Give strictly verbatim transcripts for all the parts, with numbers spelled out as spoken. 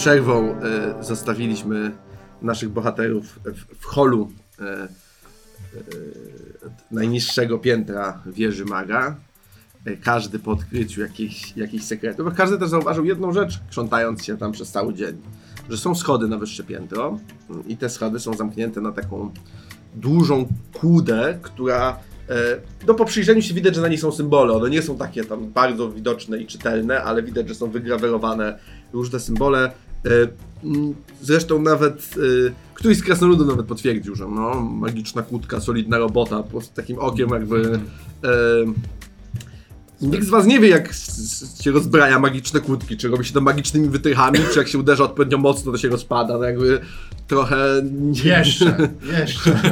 przerwą e, zostawiliśmy naszych bohaterów w, w holu e, e, najniższego piętra wieży maga. E, każdy po odkryciu jakichś, jakichś sekretów. Każdy też zauważył jedną rzecz, krzątając się tam przez cały dzień. Że są schody na wyższe piętro i te schody są zamknięte na taką dużą kłudę, która no po przyjrzeniu się widać, że na nich są symbole. One nie są takie tam bardzo widoczne i czytelne, ale widać, że są wygrawerowane różne symbole. Zresztą nawet któryś z krasnoludów nawet potwierdził, że no, magiczna kłódka, solidna robota, pod takim okiem jakby... Nikt z was nie wie, jak się rozbraja magiczne kłódki, czy robi się to magicznymi wytrychami, czy jak się uderza odpowiednio mocno, to się rozpada, no jakby trochę... Nie... Jeszcze, jeszcze.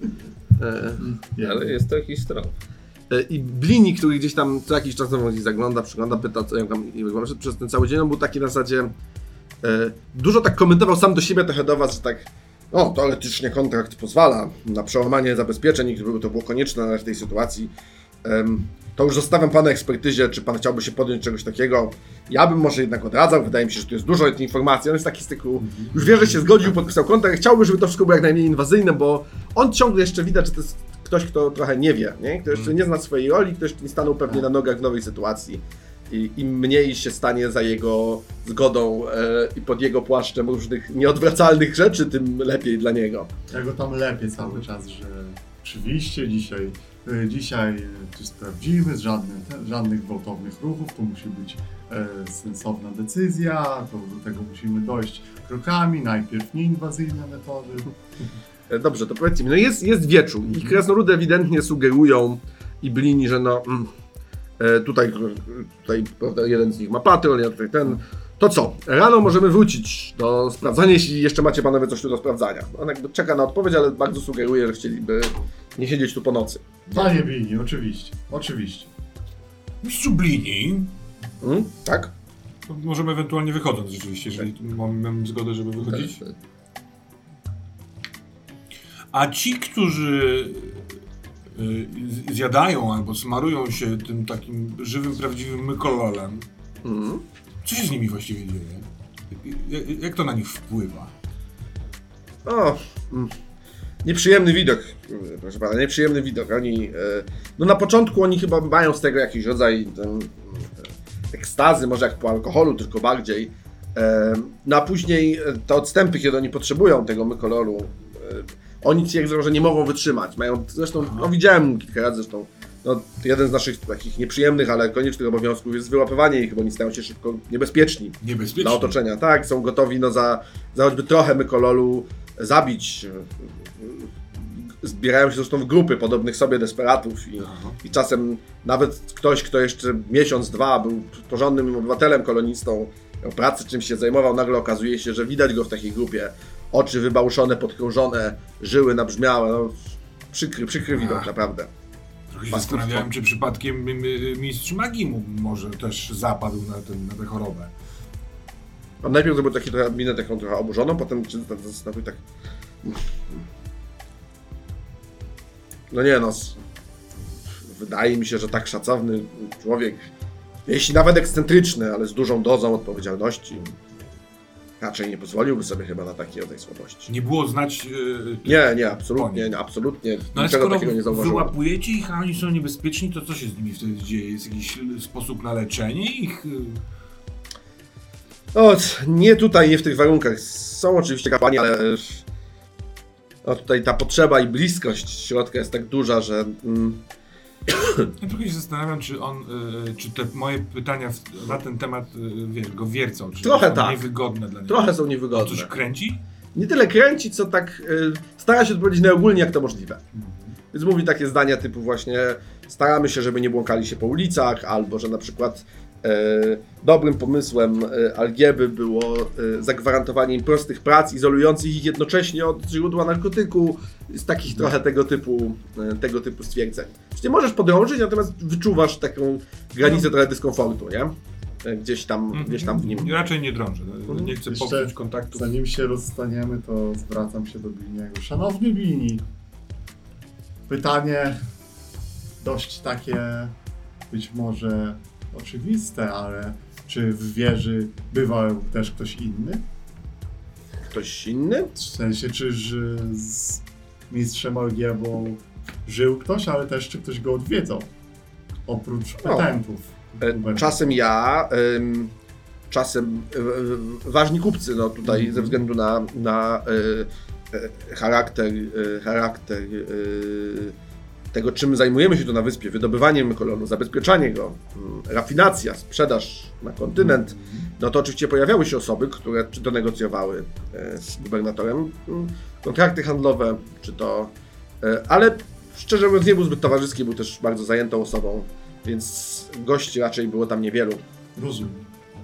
E, ale jest to jakiś strach. E, I Blini, który gdzieś tam co jakiś czas znowu zagląda, przygląda, pyta, co jak tam przez ten cały dzień, on był taki na zasadzie e, dużo tak komentował sam do siebie, trochę do was, że tak no, teoretycznie kontrakt pozwala na przełamanie zabezpieczeń, gdyby to było konieczne w tej sytuacji. E, to już zostawiam pana ekspertyzie, czy pan chciałby się podjąć czegoś takiego. Ja bym może jednak odradzał, wydaje mi się, że tu jest dużo tej informacji. On jest taki z tyku, już wie, że się zgodził, podpisał kontrakt, chciałby, żeby to wszystko było jak najmniej inwazyjne, bo on ciągle jeszcze widać, że to jest ktoś, kto trochę nie wie, nie? Kto jeszcze nie zna swojej roli, kto jeszcze nie stanął pewnie na nogach w nowej sytuacji. I im mniej się stanie za jego zgodą e, i pod jego płaszczem różnych nieodwracalnych rzeczy, tym lepiej dla niego. Ja go tam lepiej cały czas, że oczywiście dzisiaj Dzisiaj to sprawdzimy, żadnych, żadnych gwałtownych ruchów, to musi być e, sensowna decyzja, to do tego musimy dojść krokami, najpierw nieinwazyjne metody. Dobrze, to powiedzcie mi, no jest, jest wieczór i krasnoludy ewidentnie sugerują i Blini, że no e, tutaj, tutaj jeden z nich ma patrol, ja tutaj ten. To co? Rano możemy wrócić do sprawdzania, jeśli jeszcze macie panowie coś tu do sprawdzania. On jakby czeka na odpowiedź, ale bardzo sugeruje, że chcieliby nie siedzieć tu po nocy. Panie Blini, oczywiście, oczywiście. Mistrzu Blini. Hmm? Tak? To możemy ewentualnie wychodząc rzeczywiście, jeżeli mam, mam zgodę, żeby wychodzić. Tak. A ci, którzy y, zjadają albo smarują się tym takim żywym, prawdziwym mykololem, Hmm? co się z nimi właściwie dzieje? Jak, jak to na nich wpływa? O, mm, nieprzyjemny widok, proszę pana, nieprzyjemny widok. Oni, e, no na początku oni chyba mają z tego jakiś rodzaj ten, ekstazy, może jak po alkoholu, tylko bardziej. E, no a później te odstępy, kiedy oni potrzebują tego mykololu, e, oni twierdzą, że nie mogą wytrzymać. Mają, zresztą, no widziałem kilka razy zresztą, no, jeden z naszych takich nieprzyjemnych, ale koniecznych obowiązków jest wyłapywanie ich, bo oni stają się szybko niebezpieczni, niebezpieczni dla otoczenia. Tak, są gotowi no, za, za choćby trochę mykololu zabić. Zbierają się zresztą w grupy podobnych sobie desperatów i, i czasem nawet ktoś, kto jeszcze miesiąc, dwa był porządnym obywatelem, kolonistą, miał pracę, czymś się zajmował, nagle okazuje się, że widać go w takiej grupie. Oczy wybałuszone, podkrążone, żyły nabrzmiałe. No, przykry, przykry widok, naprawdę. Trochę się zastanawiałem, czy przypadkiem mistrz magii mu może też zapadł na, ten, na tę chorobę. On najpierw zrobił taki trochę minę taką trochę oburzoną, potem się zastanowił tak... No nie no, wydaje mi się, że tak szacowny człowiek, jeśli nawet ekscentryczny, ale z dużą dozą odpowiedzialności, raczej nie pozwoliłby sobie chyba na taki rodzaj słabości. Nie było znać... Yy, nie, nie, absolutnie, nie, absolutnie. No ale niczego takiego nie zauważyłem. Wyłapujecie ich, a oni są niebezpieczni, to co się z nimi wtedy dzieje? Jest jakiś sposób na leczenie ich? No, nie tutaj, nie w tych warunkach. Są oczywiście kapłani, ale no, tutaj ta potrzeba i bliskość środka jest tak duża, że... Mm... Ja trochę się zastanawiam, czy on, y, czy te moje pytania w, na ten temat y, wiesz, go wiercą, czy trochę są tak. niewygodne dla niego. Trochę są niewygodne. On coś kręci? Nie tyle kręci, co tak y, stara się odpowiedzieć najogólniej jak to możliwe. Mhm. Więc mówi takie zdania typu właśnie staramy się, żeby nie błąkali się po ulicach, albo że na przykład y, dobrym pomysłem y, Algieby było y, zagwarantowanie im prostych prac, izolujących ich jednocześnie od źródła narkotyku, z takich mhm. trochę tego typu, y, tego typu stwierdzeń. Nie możesz podrążyć, natomiast wyczuwasz taką granicę no. trochę dyskomfortu, nie? Gdzieś tam, mm-hmm. gdzieś tam w nim. Raczej nie drążę, nie chcę popsuć kontaktu. Zanim się rozstaniemy, to zwracam się do Bliniego. Szanowny Blini, pytanie dość takie być może oczywiste, ale czy w wieży bywał też ktoś inny? ktoś inny? W sensie, czy że z mistrzem Algiebą żył ktoś, ale też czy ktoś go odwiedzał? Oprócz petentów. E, czasem ja, ym, czasem y, y, ważni kupcy, no tutaj mm-hmm. ze względu na, na y, y, charakter, y, charakter y, tego, czym zajmujemy się tu na wyspie, wydobywanie mykolonu, zabezpieczanie go, y, rafinacja, sprzedaż na kontynent, mm-hmm. no to oczywiście pojawiały się osoby, które czy to negocjowały y, z gubernatorem y, kontrakty handlowe, czy to... Y, ale szczerze mówiąc nie był zbyt towarzyski, był też bardzo zajętą osobą, więc gości raczej było tam niewielu. Rozumiem.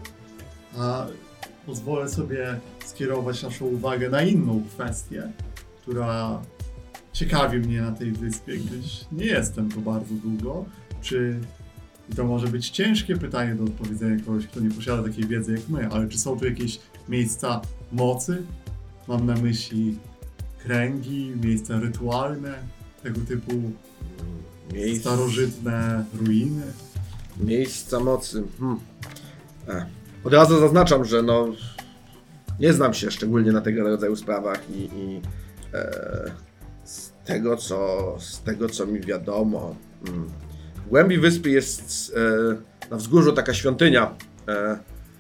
A pozwolę sobie skierować naszą uwagę na inną kwestię, która ciekawi mnie na tej wyspie, gdyż nie jestem tu bardzo długo. Czy, i to może być ciężkie pytanie do odpowiedzenia kogoś, kto nie posiada takiej wiedzy jak my, ale czy są tu jakieś miejsca mocy? Mam na myśli kręgi, miejsca rytualne, tego typu Miejsc... starożytne ruiny. Miejsca mocy. Hmm. E. Od razu zaznaczam, że no nie znam się szczególnie na tego rodzaju sprawach i, i e, z tego co z tego co mi wiadomo. Hmm. W głębi wyspy jest e, na wzgórzu taka świątynia. E,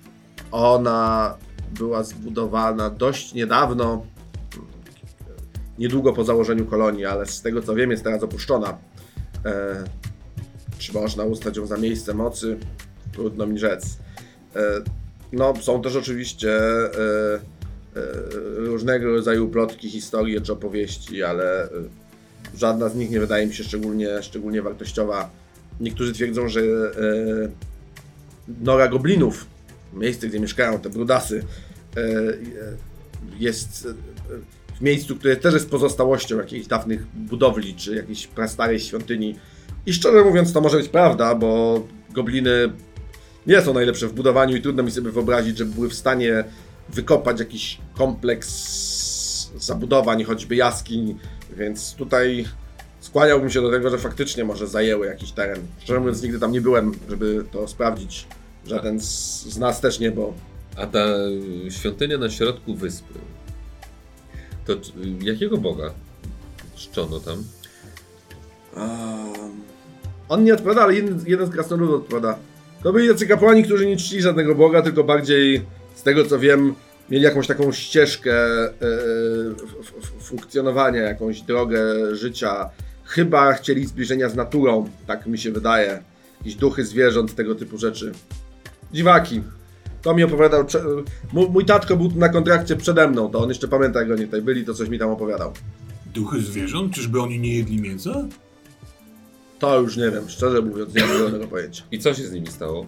ona była zbudowana dość niedawno, niedługo po założeniu kolonii, ale z tego co wiem jest teraz opuszczona. E, czy można uznać ją za miejsce mocy? Trudno mi rzec. E, no, są też oczywiście e, e, różnego rodzaju plotki, historie czy opowieści, ale e, żadna z nich nie wydaje mi się szczególnie, szczególnie wartościowa. Niektórzy twierdzą, że e, Nora Goblinów, miejsce gdzie mieszkają te brudasy, e, jest w miejscu, które też jest pozostałością jakichś dawnych budowli, czy jakiejś prastarej świątyni. I szczerze mówiąc to może być prawda, bo gobliny nie są najlepsze w budowaniu i trudno mi sobie wyobrazić, żeby były w stanie wykopać jakiś kompleks zabudowań, choćby jaskiń, więc tutaj skłaniałbym się do tego, że faktycznie może zajęły jakiś teren. Szczerze mówiąc nigdy tam nie byłem, żeby to sprawdzić. Żaden z, z nas też nie, bo... A ta świątynia na środku wyspy, to jakiego boga czczono tam? Um, on nie odpowiada, ale jeden, jeden z krasnoludów odpowiada. To byli tacy kapłani, którzy nie czcili żadnego boga, tylko bardziej, z tego co wiem, mieli jakąś taką ścieżkę e, f, f, funkcjonowania, jakąś drogę życia. Chyba chcieli zbliżenia z naturą, tak mi się wydaje. Jakieś duchy zwierząt, tego typu rzeczy. Dziwaki. To mi opowiadał, mój, mój taczko był na kontrakcie przede mną, to on jeszcze pamięta jak oni tutaj byli, to coś mi tam opowiadał. Duchy zwierząt? Czyżby oni nie jedli mięsa? To już nie wiem, szczerze mówiąc, nie mam żadnego pojęcia. I co się z nimi stało?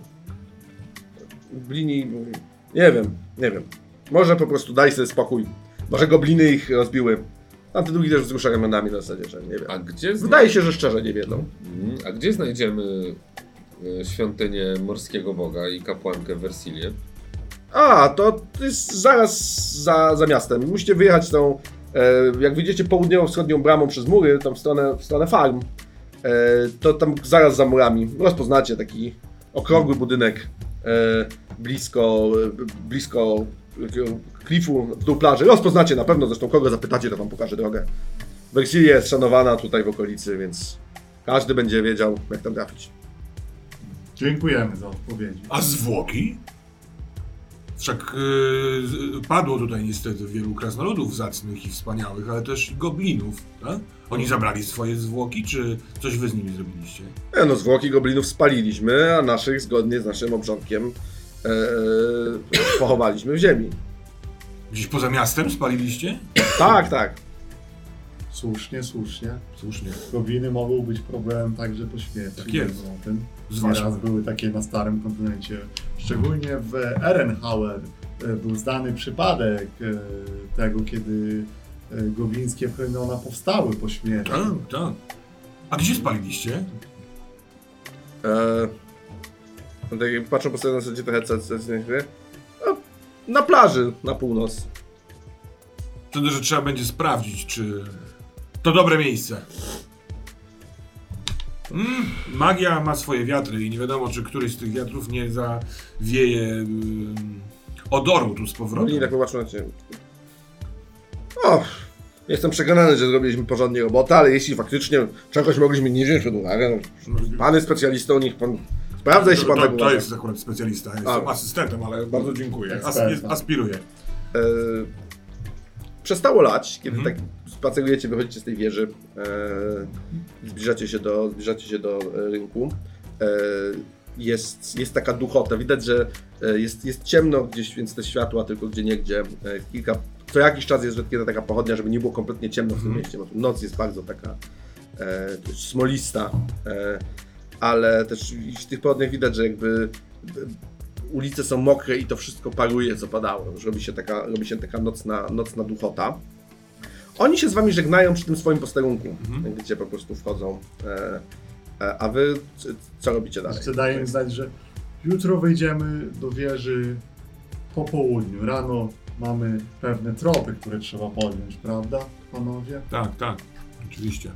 Blini, nie wiem, nie wiem. Może po prostu daj sobie spokój. Może gobliny ich rozbiły. Tamte drugi też wzrusza ramionami na zasadzie, że nie wiem. A gdzie zna... Wydaje się, że szczerze nie wiedzą. A gdzie znajdziemy świątynię morskiego boga i kapłankę Versilię? A, to jest zaraz za, za miastem. Musicie wyjechać tą, e, jak wyjdziecie południowo-wschodnią bramą przez mury, tam w stronę, w stronę farm, e, to tam zaraz za murami rozpoznacie taki okrągły budynek e, blisko, blisko klifu w dół plaży. Rozpoznacie na pewno, zresztą kogo zapytacie, to wam pokaże drogę. Versilia jest szanowana tutaj w okolicy, więc każdy będzie wiedział, jak tam trafić. Dziękujemy za odpowiedzi. A zwłoki? Wszak yy, padło tutaj niestety wielu krasnoludów zacnych i wspaniałych, ale też i goblinów, tak? Oni zabrali swoje zwłoki, czy coś wy z nimi zrobiliście? E, no zwłoki goblinów spaliliśmy, a naszych zgodnie z naszym obrządkiem e, pochowaliśmy w ziemi. Gdzieś poza miastem spaliliście? Tak, tak. Słusznie, słusznie. Słusznie. Gobliny mogą być problemem także po śmierci. Tak jest. O tym. Zwłaszcza. Nieraz były takie na starym kontynencie. Szczególnie w Ehrenhauer był znany przypadek tego, kiedy goblińskie plemiona powstały po śmierci. Tak, tak. A gdzie spaliliście? Eee, patrzę po sobie na zasadzie trochę co, co, co, no, na plaży na północ. Wtedy, że trzeba będzie sprawdzić, czy to dobre miejsce. Mm, magia ma swoje wiatry i nie wiadomo, czy któryś z tych wiatrów nie zawieje um, odoru tu z powrotem. Nie, tak popatrzę na ciebie. O, jestem przekonany, że zrobiliśmy porządnie robotę, ale jeśli faktycznie czegoś mogliśmy nie wziąć pod uwagę, no, pan jest specjalistą, niech pan sprawdza, jeśli pan to, tak to, uważa. to jest akurat specjalista, jestem A. asystentem, ale bardzo dziękuję. As, Eksperta. aspiruję. E, przestało lać, kiedy Mhm. tak spacerujecie, wychodzicie z tej wieży, e, zbliżacie się do, zbliżacie się do e, rynku. E, jest, jest taka duchota, widać, że e, jest, jest ciemno gdzieś, więc te światła tylko gdzie niegdzie. E, kilka, co jakiś czas jest rzadkie taka pochodnia, żeby nie było kompletnie ciemno w tym Mhm. mieście, bo tu noc jest bardzo taka e, smolista, e, ale też w tych pochodniach widać, że jakby ulice są mokre i to wszystko paruje, co padało. Już robi się taka, robi się taka nocna, nocna duchota. Oni się z wami żegnają przy tym swoim posterunku, Mhm. gdzie po prostu wchodzą. E, e, a wy c- co robicie dalej? Jeszcze daję im znać, że jutro wejdziemy do wieży po południu. Rano mamy pewne tropy, które trzeba podjąć, prawda, panowie? Tak, tak, oczywiście.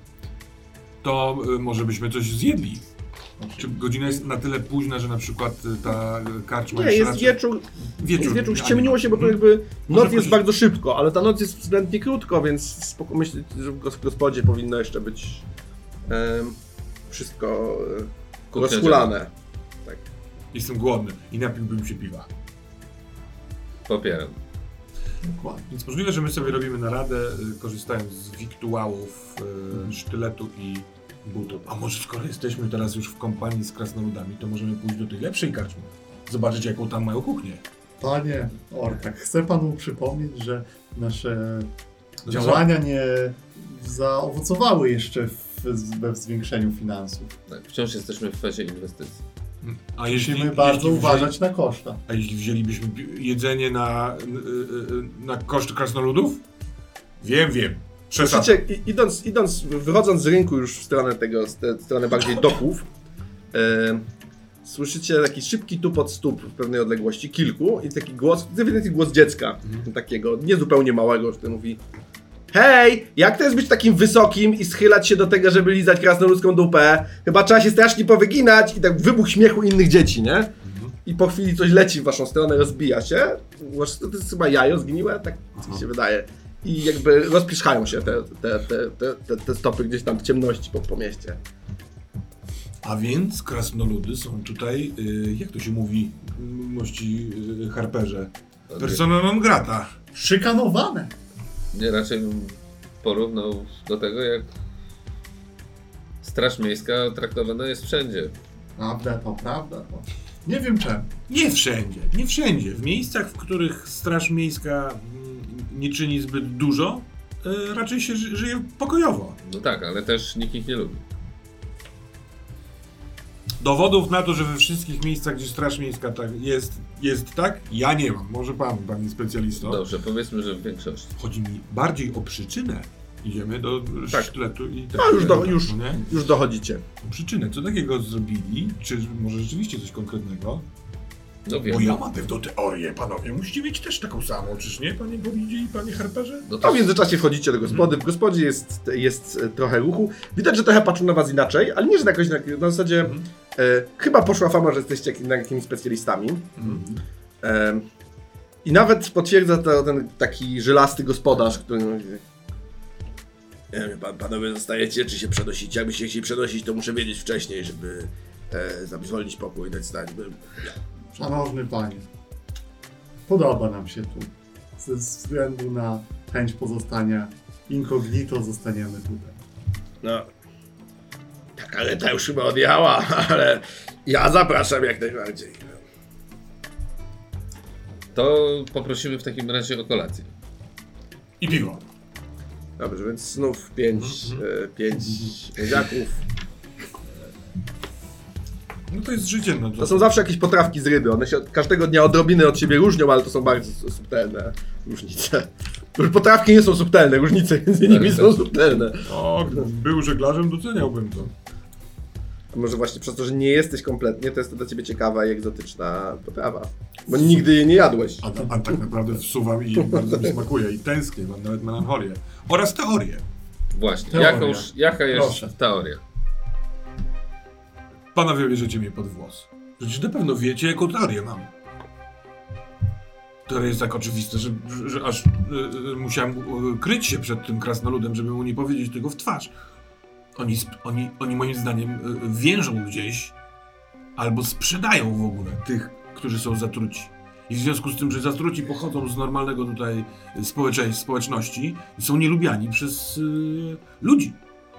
To y, może byśmy coś zjedli? Czy godzina jest na tyle późna, że na przykład y, ta karczma Nie, już jest raczej- wieczór, wieczór. jest wieczór, a nie- ściemniło się, bo to Mhm. jakby Może noc jest pójść- bardzo szybko, ale ta noc jest względnie krótko, więc spoko- myślę, że w gos- w gospodzie powinno jeszcze być em, wszystko e, Kuchnia rozhulane. Tak. Jestem głodny i napiłbym się piwa. Popieram. Dokładnie. Więc możliwe, że my sobie robimy naradę, y, korzystając z wiktuałów, y, sztyletu i butów. A może skoro jesteśmy teraz już w kompanii z krasnoludami, to możemy pójść do tej lepszej karczmy. Zobaczyć, jaką tam mają kuchnię. Panie Ortak, chcę panu przypomnieć, że nasze No to działania nie zaowocowały jeszcze w, we zwiększeniu finansów. Tak, wciąż jesteśmy w fazie inwestycji. A jeśli, Musimy bardzo jeśli uważać wzięli, na koszta. A jeśli wzięlibyśmy pi- jedzenie na, y, y, y, na koszt krasnoludów? Wiem, wiem. Przesadzam. Słyszycie, i- idąc, idąc, wychodząc z rynku już w stronę tego, w te- w stronę bardziej doków, e, słyszycie taki szybki tupot stóp w pewnej odległości, kilku, i taki głos, ewidentnie głos dziecka, Mhm. takiego niezupełnie małego, który mówi: hej, jak to jest być takim wysokim i schylać się do tego, żeby lizać krasnoludzką dupę? Chyba trzeba się strasznie powyginać. I tak wybuch śmiechu innych dzieci, nie? Mhm. I po chwili coś leci w waszą stronę, rozbija się. Może to jest chyba jajo zgniłe? Tak Aha. mi się wydaje. I jakby rozpieszchają się te, te, te, te, te, te stopy gdzieś tam w ciemności po, po mieście. A więc krasnoludy są tutaj, y, jak to się mówi, m- mości y, harperze, persona non grata. Szykanowane! Nie, raczej bym porównał do tego, jak Straż Miejska traktowana jest wszędzie. Prawda to prawda. To. Nie wiem czemu. Nie wszędzie, nie wszędzie. W miejscach, w których straż miejska mm, nie czyni zbyt dużo, y, raczej się ży- żyje pokojowo. No tak, ale też nikt ich nie lubi. Dowodów na to, że we wszystkich miejscach, gdzie straż miejska tak jest, jest tak, ja nie mam. Może pan, panie specjalisto. Dobrze, powiedzmy, że w większości. Chodzi mi bardziej o przyczynę. Idziemy do Tak. sztyletu i tak. No już, do, już, No nie? już dochodzicie. Przyczynę, co takiego zrobili? Czy może rzeczywiście coś konkretnego? No wiem. Bo ja mam pewną teorię, panowie. Musicie mieć też taką samą, czyż nie, panie Bowidzie i panie Harperze? No A to w międzyczasie wchodzicie do gospody. W gospodzie jest, jest e, trochę ruchu. Widać, że trochę patrzą na was inaczej, ale nie, że jakoś na, na zasadzie Mhm. e, chyba poszła fama, że jesteście jak- jakimiś specjalistami. Mhm. E, I nawet potwierdza to ten taki żylasty gospodarz, który mówi: nie wiem, pan, panowie zostajecie, czy się przenosicie? Jakbyście chcieli przenosić, to muszę wiedzieć wcześniej, żeby e, zwolnić pokój i dać znać. By... Szanowny panie, podoba nam się tu. Ze względu na chęć pozostania incognito zostaniemy tutaj. No, ta kareta już chyba odjechała, ale ja zapraszam jak najbardziej. To poprosimy w takim razie o kolację. I piwo. Dobrze, więc znów pięć, e, pięć miedziaków. No to jest życie, no to... To są zawsze jakieś potrawki z ryby. One się od każdego dnia odrobiny od siebie różnią, ale to są bardzo subtelne różnice. Już potrawki nie są subtelne, różnice między nimi są subtelne. O, gdybym był żeglarzem, doceniałbym to. A może właśnie przez to, że nie jesteś kompletnie, to jest to dla ciebie ciekawa i egzotyczna potrawa. Bo nigdy jej nie jadłeś. A, a tak naprawdę wsuwam i bardzo mi smakuje i tęsknię, mam nawet melancholię. Oraz teorię. Właśnie, Teoria. jakąż, jaka jest Proszę. teoria? Panowie bierzecie mnie pod włos. Przecież na pewno wiecie, jaką teorię mam. które jest tak oczywiste, że, że, że aż y, y, musiałem y, kryć się przed tym krasnoludem, żeby mu nie powiedzieć tego w twarz. Oni, sp- oni, oni moim zdaniem y, więżą gdzieś albo sprzedają w ogóle tych, którzy są zatruci. I w związku z tym, że zatruci pochodzą z normalnego tutaj społeczeństwa, społeczności, są nielubiani przez y, ludzi.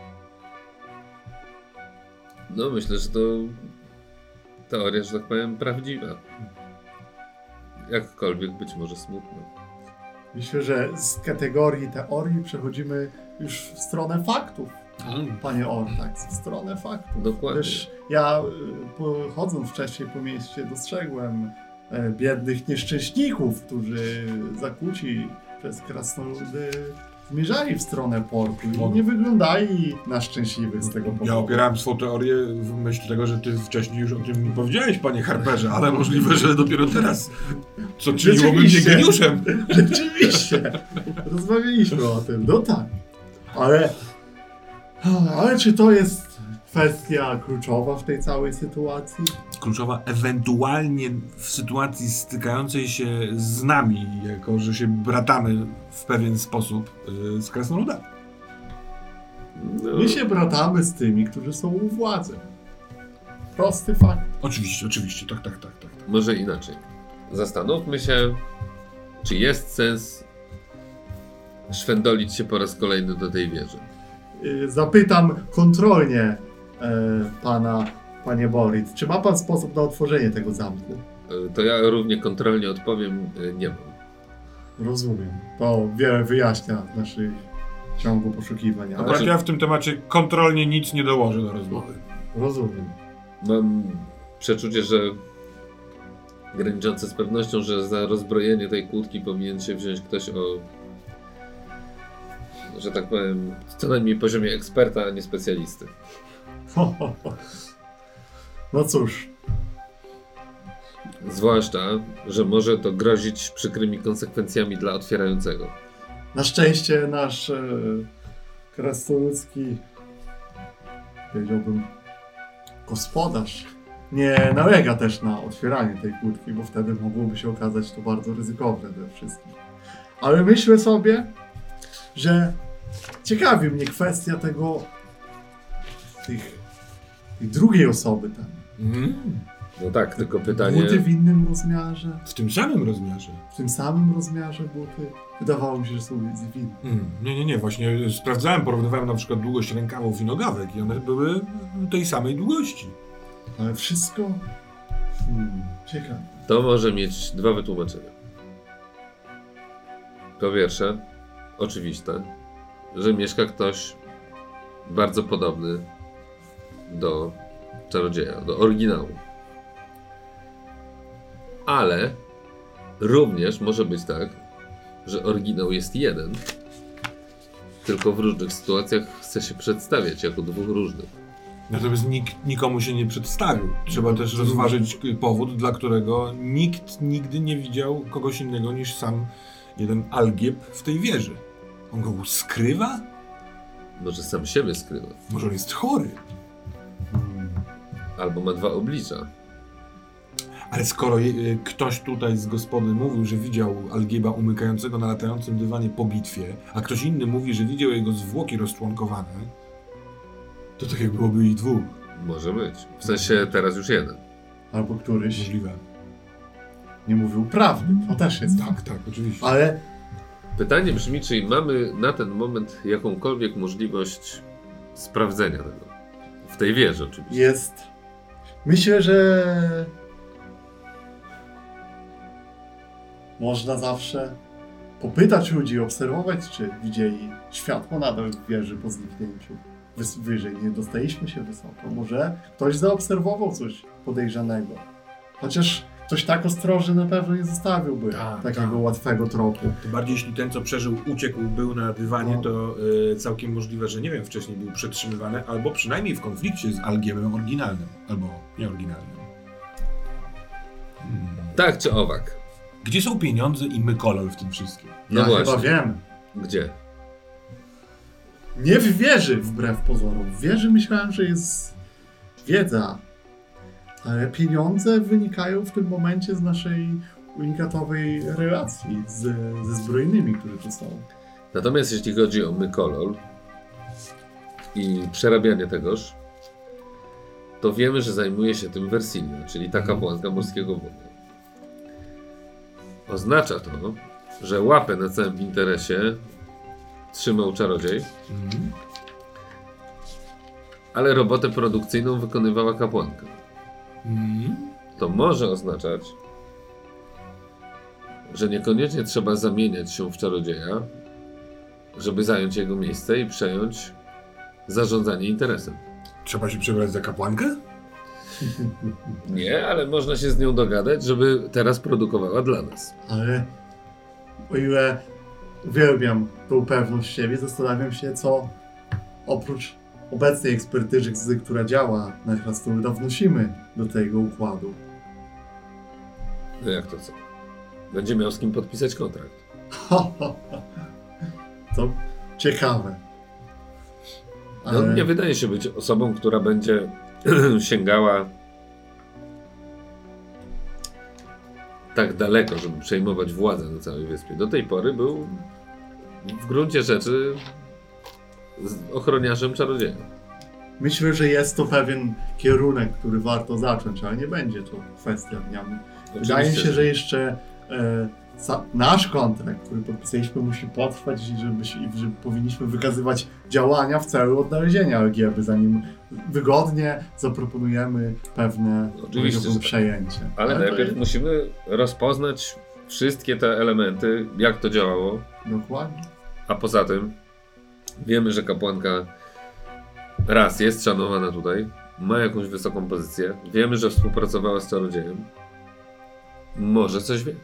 No myślę, że to teoria, że tak powiem, prawdziwa. Jakkolwiek być może smutna. Myślę, że z kategorii teorii przechodzimy już w stronę faktów. Panie Ortak, w stronę faktów. Dokładnie. Też ja y, chodząc wcześniej po mieście dostrzegłem e, biednych nieszczęśników, którzy zakłóci przez krasnoludy zmierzali w stronę portu i nie wyglądali na szczęśliwych z tego powodu. Ja opierałem swą teorię w myśl tego, że ty wcześniej już o tym mi powiedziałeś, panie Harperze, ale możliwe, że dopiero teraz, co czyniłoby mnie Rzeczywiście. geniuszem. Rzeczywiście. Rozmawialiśmy o tym, no tak. Ale, ale czy to jest kwestia kluczowa w tej całej sytuacji? Kluczowa ewentualnie w sytuacji stykającej się z nami, jako że się bratamy w pewien sposób yy, z krasnoludami. No, My się bratamy z tymi, którzy są u władzy. Prosty fakt. Oczywiście, oczywiście, tak, tak, tak, tak. tak. może inaczej. Zastanówmy się, czy jest sens szwendolić się po raz kolejny do tej wieży. Yy, Zapytam kontrolnie e, pana, panie Borit, czy ma pan sposób na otworzenie tego zamku? Y, To ja równie kontrolnie odpowiem, y, nie mam. Rozumiem. To wiele wyjaśnia w naszych ciągu poszukiwań, ale Akurat ja w tym temacie kontrolnie nic nie dołożę do rozmowy. rozumiem. Mam przeczucie, że graniczące z pewnością, że za rozbrojenie tej kłódki powinien się wziąć ktoś o, że tak powiem, co najmniej poziomie eksperta, a nie specjalisty. No cóż, Zwłaszcza, że może to grozić przykrymi konsekwencjami dla otwierającego. na szczęście nasz e, krasnoludzki, powiedziałbym, gospodarz nie nalega też na otwieranie tej kłódki, bo wtedy mogłoby się okazać to bardzo ryzykowne dla wszystkich. Ale myślę sobie, że ciekawi mnie kwestia tego, tych, tej drugiej osoby tam. Mhm. No tak, tylko pytanie... Buty w innym rozmiarze, W tym samym rozmiarze. w tym samym rozmiarze buty. Wydawało mi się, że są inne. Mm, nie, nie, nie, właśnie sprawdzałem, porównywałem na przykład długość rękawów i nogawek i one były tej samej długości. Ale wszystko... Hmm, ciekawe. To może mieć dwa wytłumaczenia. Po pierwsze, oczywiste, że mieszka ktoś bardzo podobny do czarodzieja, do oryginału. Ale również może być tak, że oryginał jest jeden, tylko w różnych sytuacjach chce się przedstawiać jako dwóch różnych. Natomiast nikt nikomu się nie przedstawił. Trzeba też rozważyć powód, dla którego nikt nigdy nie widział kogoś innego niż sam jeden Algieb w tej wieży. On go skrywa? Może sam siebie skrywa, Może on jest chory? albo ma dwa oblicza. Ale skoro je, ktoś tutaj z gospody mówił, że widział Algieba umykającego na latającym dywanie po bitwie, a ktoś inny mówi, że widział jego zwłoki rozczłonkowane, to tak jak byłoby ich dwóch. Może być. W sensie teraz już jeden. Albo któryś Możliwe. nie mówił prawdy. To też jest Tak, tak, oczywiście. Ale Pytanie brzmi, czy mamy na ten moment jakąkolwiek możliwość sprawdzenia tego. W tej wieży oczywiście. jest... Myślę, że... Można zawsze popytać ludzi, obserwować, czy widzieli światło nadal w wieży po zniknięciu. Wys- wyżej, nie dostaliśmy się wysoko. Może ktoś zaobserwował coś podejrzanego. Chociaż ktoś tak ostrożny na pewno nie zostawiłby Tak, takiego tak. łatwego tropu. Tym bardziej jeśli ten, co przeżył, uciekł, był na dywanie, No. to y, całkiem możliwe, że nie wiem, wcześniej był przetrzymywany, albo przynajmniej w konflikcie z Algiebem oryginalnym, albo nieoryginalnym. Hmm. Tak czy owak? Gdzie są pieniądze i mykolol w tym wszystkim? No ja właśnie. chyba wiem. Gdzie? Nie w wieży, wbrew pozorom. W wieży myślałem, że jest wiedza. Ale pieniądze wynikają w tym momencie z naszej unikatowej relacji z, ze zbrojnymi, które tu są. Natomiast jeśli chodzi o mykolol i przerabianie tegoż, to wiemy, że zajmuje się tym Versilia, czyli ta kapłanka morskiego wodza. Oznacza to, że łapę na całym interesie trzymał czarodziej, Mhm. ale robotę produkcyjną wykonywała kapłanka. Mhm. To może oznaczać, że niekoniecznie trzeba zamieniać się w czarodzieja, żeby zająć jego miejsce i przejąć zarządzanie interesem. Trzeba się przebrać za kapłankę? Nie, ale można się z nią dogadać, żeby teraz produkowała dla nas. Ale o ile uwielbiam tą pewność siebie, zastanawiam się, co oprócz obecnej ekspertyzy, która działa na Krasnoluda, wnosimy do tego układu. No jak to co? Będzie miał z kim podpisać kontrakt. To ciekawe. No, Ale nie wydaje się być osobą, która będzie sięgała tak daleko, żeby przejmować władzę na całej wyspie. Do tej pory był w gruncie rzeczy z- ochroniarzem czarodzieja. myślę, że jest to pewien kierunek, który warto zacząć, ale nie będzie to kwestia dnia. Wydaje mi Oczywiście, się, że jeszcze e, sa, nasz kontrakt, który podpisaliśmy, musi potrwać i żeby, się- i że powinniśmy wykazywać działania w celu odnalezienia Algierby, zanim wygodnie zaproponujemy pewne Oczywiście, że tak. przejęcie. Ale to najpierw jest- musimy rozpoznać wszystkie te elementy, jak to działało, Dokładnie. a poza tym wiemy, że kapłanka raz jest szanowana tutaj, ma jakąś wysoką pozycję, wiemy, że współpracowała z czarodziejem, może coś wie.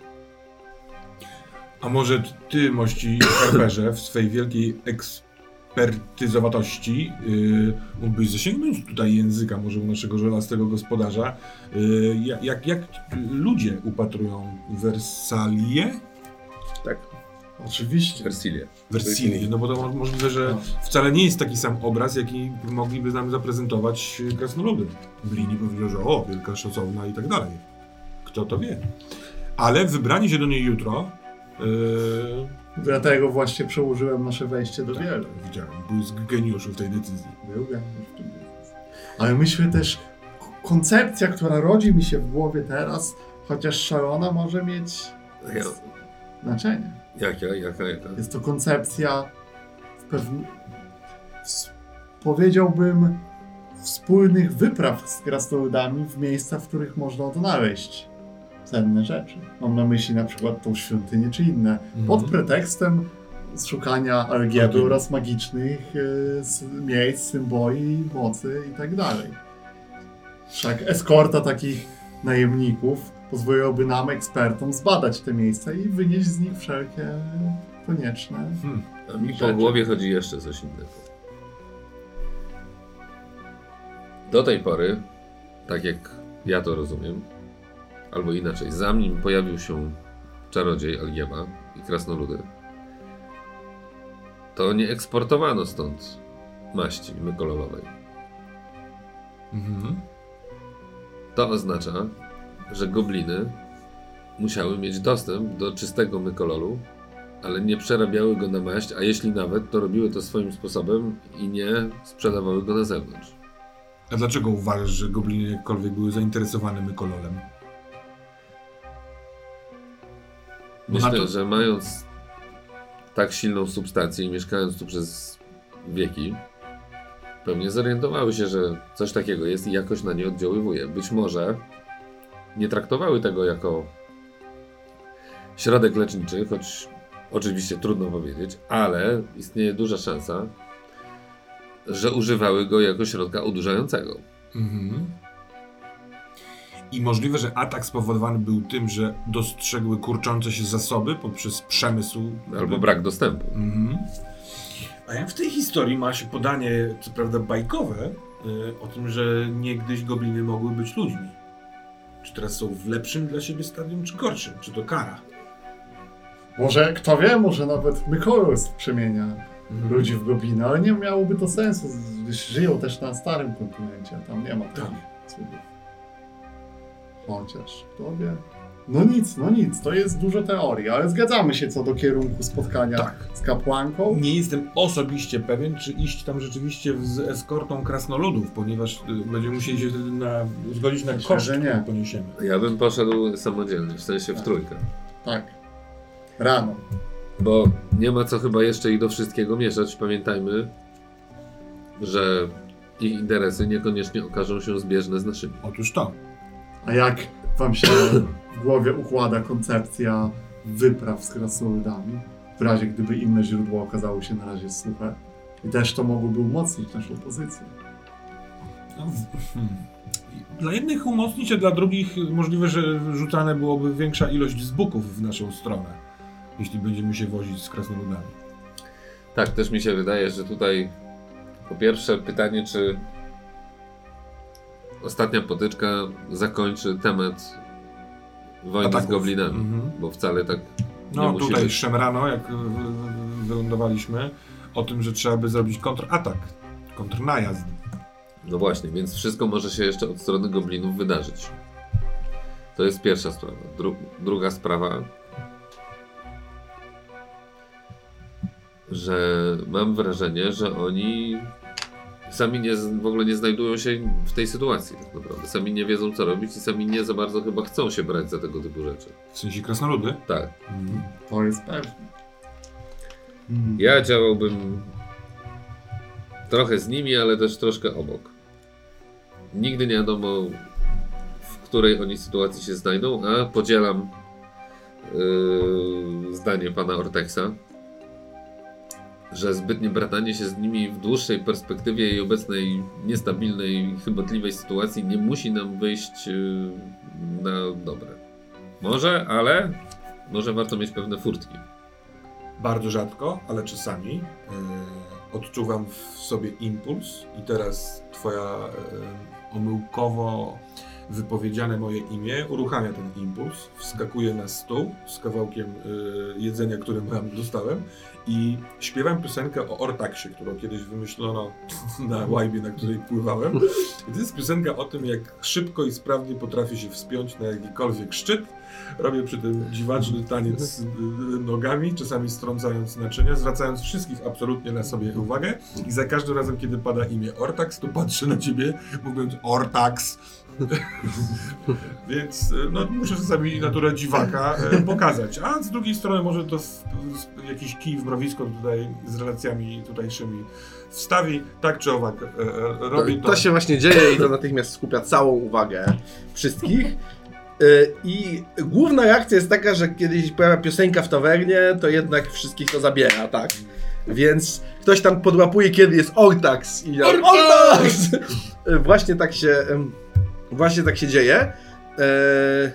A może ty, mości Herberze, w swej wielkiej ekspertyzowatości yy, mógłbyś zasięgnąć tutaj języka może u naszego żelastego gospodarza, yy, jak, jak, jak ludzie upatrują Wersalię? Tak, Oczywiście. Versilię. Wersilię, no bo to mo- możliwe, że No. wcale nie jest taki sam obraz, jaki mogliby nam zaprezentować krasnoludy. Blini powiedział, że o, wielka szacowna i tak dalej. Kto to wie. Ale wybranie się do niej jutro, yy, Dlatego właśnie przełożyłem nasze wejście do wielu. tak, widziałem, błysk geniuszu w tej decyzji. Był geniusz w tym biznesie. Ale myślę też, k- koncepcja, która rodzi mi się w głowie teraz, chociaż szalona, może mieć Ja, znaczenie. jaka, jaka, jaka? Jest to koncepcja w pewnym, w, powiedziałbym, wspólnych wypraw z krasnoludami w miejsca, w których można odnaleźć cenne rzeczy. Mam na myśli na przykład tą świątynię czy inne. Pod pretekstem szukania Algierby Algierby. oraz magicznych y, s- miejsc, symboli, mocy i tak dalej. Wszak eskorta takich najemników pozwoliłoby nam, ekspertom, zbadać te miejsca i wynieść z nich wszelkie konieczne. Hmm. A mi po rzeczy. głowie chodzi jeszcze coś innego. Do tej pory, tak jak ja to rozumiem, albo inaczej, zanim pojawił się czarodziej Algieba i krasnoludy, to nie eksportowano stąd maści mykololowej. Mhm. To oznacza, że gobliny musiały mieć dostęp do czystego mykololu, ale nie przerabiały go na maść, a jeśli nawet, to robiły to swoim sposobem i nie sprzedawały go na zewnątrz. A dlaczego uważasz, że gobliny jakkolwiek były zainteresowane mykololem? Myślę, Na to- że mając tak silną substancję i mieszkając tu przez wieki, pewnie zorientowały się, że coś takiego jest i jakoś na nie oddziaływuje. Być może nie traktowały tego jako środek leczniczy, choć oczywiście trudno powiedzieć, ale istnieje duża szansa, że używały go jako środka odurzającego. Mhm. I możliwe, że atak spowodowany był tym, że dostrzegły kurczące się zasoby poprzez przemysł. Albo brak dostępu. Mhm. A jak w tej historii ma się podanie, co prawda bajkowe, y, o tym, że niegdyś gobliny mogły być ludźmi. Czy teraz są w lepszym dla siebie stadium, czy gorszym? Czy to kara? Może, kto wie, może nawet Mykolos przemienia Mhm. ludzi w gobliny, ale nie miałoby to sensu, gdyż żyją też na starym kontynencie, a tam nie ma takich cudów. Chociaż, kto wie. No nic, no nic, to jest dużo teorii, ale zgadzamy się co do kierunku spotkania Tak. z kapłanką. Nie jestem osobiście pewien, czy iść tam rzeczywiście z eskortą krasnoludów, ponieważ y, będziemy musieli się wtedy na, zgodzić na Myślę, koszt, że nie. który poniesiemy. Ja bym poszedł samodzielnie, w sensie w trójkę. Tak. Rano. Bo nie ma co chyba jeszcze ich do wszystkiego mieszać. Pamiętajmy, że ich interesy niekoniecznie okażą się zbieżne z naszymi. Otóż to. A jak wam się w głowie układa koncepcja wypraw z krasnoludami, w razie gdyby inne źródło okazało się na razie suche? I też to mogłoby umocnić naszą pozycję. No, w- hmm. Dla jednych umocnić, a dla drugich możliwe, że rzucane byłoby większa ilość zbuków w naszą stronę, jeśli będziemy się wozić z krasnoludami. Tak, też mi się wydaje, że tutaj po pierwsze pytanie, czy ostatnia potyczka zakończy temat wojny Ataków. z goblinami, Mhm. bo wcale tak nie No musi tutaj być. szemrano, jak y, y, wylądowaliśmy, o tym, że trzeba by zrobić kontratak, kontrnajazd. No właśnie, więc wszystko może się jeszcze od strony goblinów wydarzyć. To jest pierwsza sprawa. Dru- druga sprawa, że mam wrażenie, że oni sami nie, z- w ogóle nie znajdują się w tej sytuacji tak naprawdę. Sami nie wiedzą co robić i sami nie za bardzo chyba chcą się brać za tego typu rzeczy. W sensie krasnoludy. Tak. Mhm. To jest pewne. Hmm. Ja działałbym trochę z nimi, ale też troszkę obok. Nigdy nie wiadomo, w której oni sytuacji się znajdą, a podzielam yy, zdanie pana Ortexa, że zbytnie bratanie się z nimi w dłuższej perspektywie i obecnej niestabilnej, chybotliwej sytuacji nie musi nam wyjść yy, na dobre. Może, ale może warto mieć pewne furtki. Bardzo rzadko, ale czasami yy, odczuwam w sobie impuls i teraz twoja yy, omyłkowo wypowiedziane moje imię uruchamia ten impuls, wskakuje na stół z kawałkiem yy, jedzenia, które mam, dostałem i śpiewam piosenkę o Ortaksie, którą kiedyś wymyślono na łajbie, na której pływałem. I to jest piosenka o tym, jak szybko i sprawnie potrafię się wspiąć na jakikolwiek szczyt. Robię przy tym dziwaczny taniec y, nogami, czasami strącając naczynia, zwracając wszystkich absolutnie na sobie uwagę i za każdym razem, kiedy pada imię Ortax, to patrzę na ciebie, mówiąc Ortax. Więc y, no, muszę czasami naturę dziwaka y, pokazać. A z drugiej strony może to w, w, jakiś kij w mrowisko tutaj z relacjami tutejszymi wstawi. Tak czy owak y, y, robię To, to. to się właśnie dzieje i to natychmiast skupia całą uwagę wszystkich. Yy, I główna reakcja jest taka, że kiedy się pojawia piosenka w tawernie, to jednak wszystkich to zabiera, tak? Więc ktoś tam podłapuje, kiedy jest Ortax i ja, Ortax! Yy, Właśnie tak się, ym, właśnie tak się dzieje. Yy,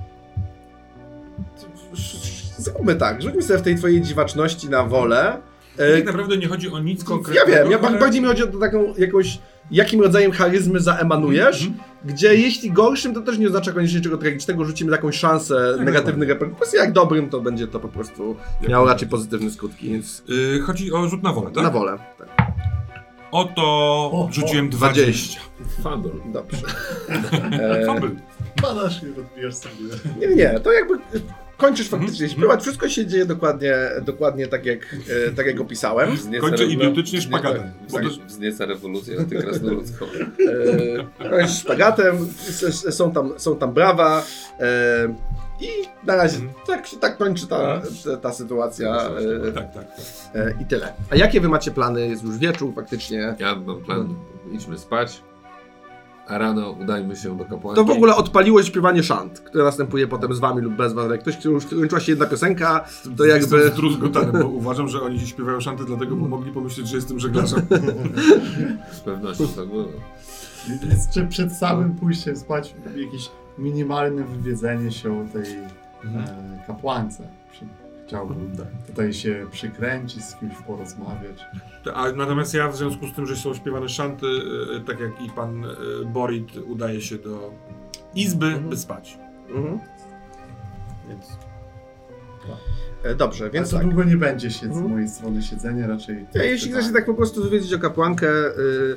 Zróbmy tak, rzućmy sobie w tej twojej dziwaczności na wolę. Yy, Tak naprawdę nie chodzi o nic Ja konkretnego. wiem, ja, ale... bardziej mi chodzi o to taką jakąś, jakim rodzajem charyzmy zaemanujesz, Mhm. gdzie jeśli gorszym, to też nie oznacza koniecznie niczego tragicznego, rzucimy jakąś szansę Tak, negatywnych reperkusji, jak dobrym, to będzie to po prostu miało raczej pozytywne skutki, więc Yy, chodzi o rzut na wolę, tak? na wolę. Tak. Oto O, rzuciłem o, dwadzieścia. Fabel. Dobrze. E, Fabel. Badasz i rozbijasz sobie. nie, nie, to jakby kończysz Mhm. faktycznie śpiewać, wszystko się dzieje dokładnie, dokładnie tak, jak, e, tak jak opisałem. Wznieca Kończę rewo- idiotycznie wznie- szpagatem. Bo to- wznie- Wznieca rewolucję antykrasnoludzką. E, kończysz szpagatem, s- s- są tam, są tam brawa e, i na razie tak, się- tak kończy ta, ta, ta sytuacja. E, Tak, tak, tak. E, I tyle. A jakie wy macie plany? Jest już wieczór faktycznie. Ja mam plan, idźmy spać, a rano udajmy się do kapłanki. To w ogóle odpaliło śpiewanie szant, które następuje potem z wami lub bez was. Jak ktoś już skończyła się jedna piosenka, to jakby... Jestem zdruzgotany, bo uważam, że oni śpiewają szanty dlatego, bo mogli pomyśleć, że jestem żeglarzem. Z pewnością tak było. Jeszcze przed samym pójściem spać jakieś minimalne wywiedzenie się o tej Mhm. e, kapłance. Przy- Chciałbym tutaj się przykręcić, z kimś porozmawiać. A natomiast ja w związku z tym, że są śpiewane szanty, y, tak jak i pan y, Borit udaje się do izby, Mhm. by spać. Mhm. Więc E, Dobrze, Więc więc to tak. długo nie będzie się z Mhm. mojej strony siedzenie, raczej... Ja, jeśli chcecie tak po prostu dowiedzieć o kapłankę, y,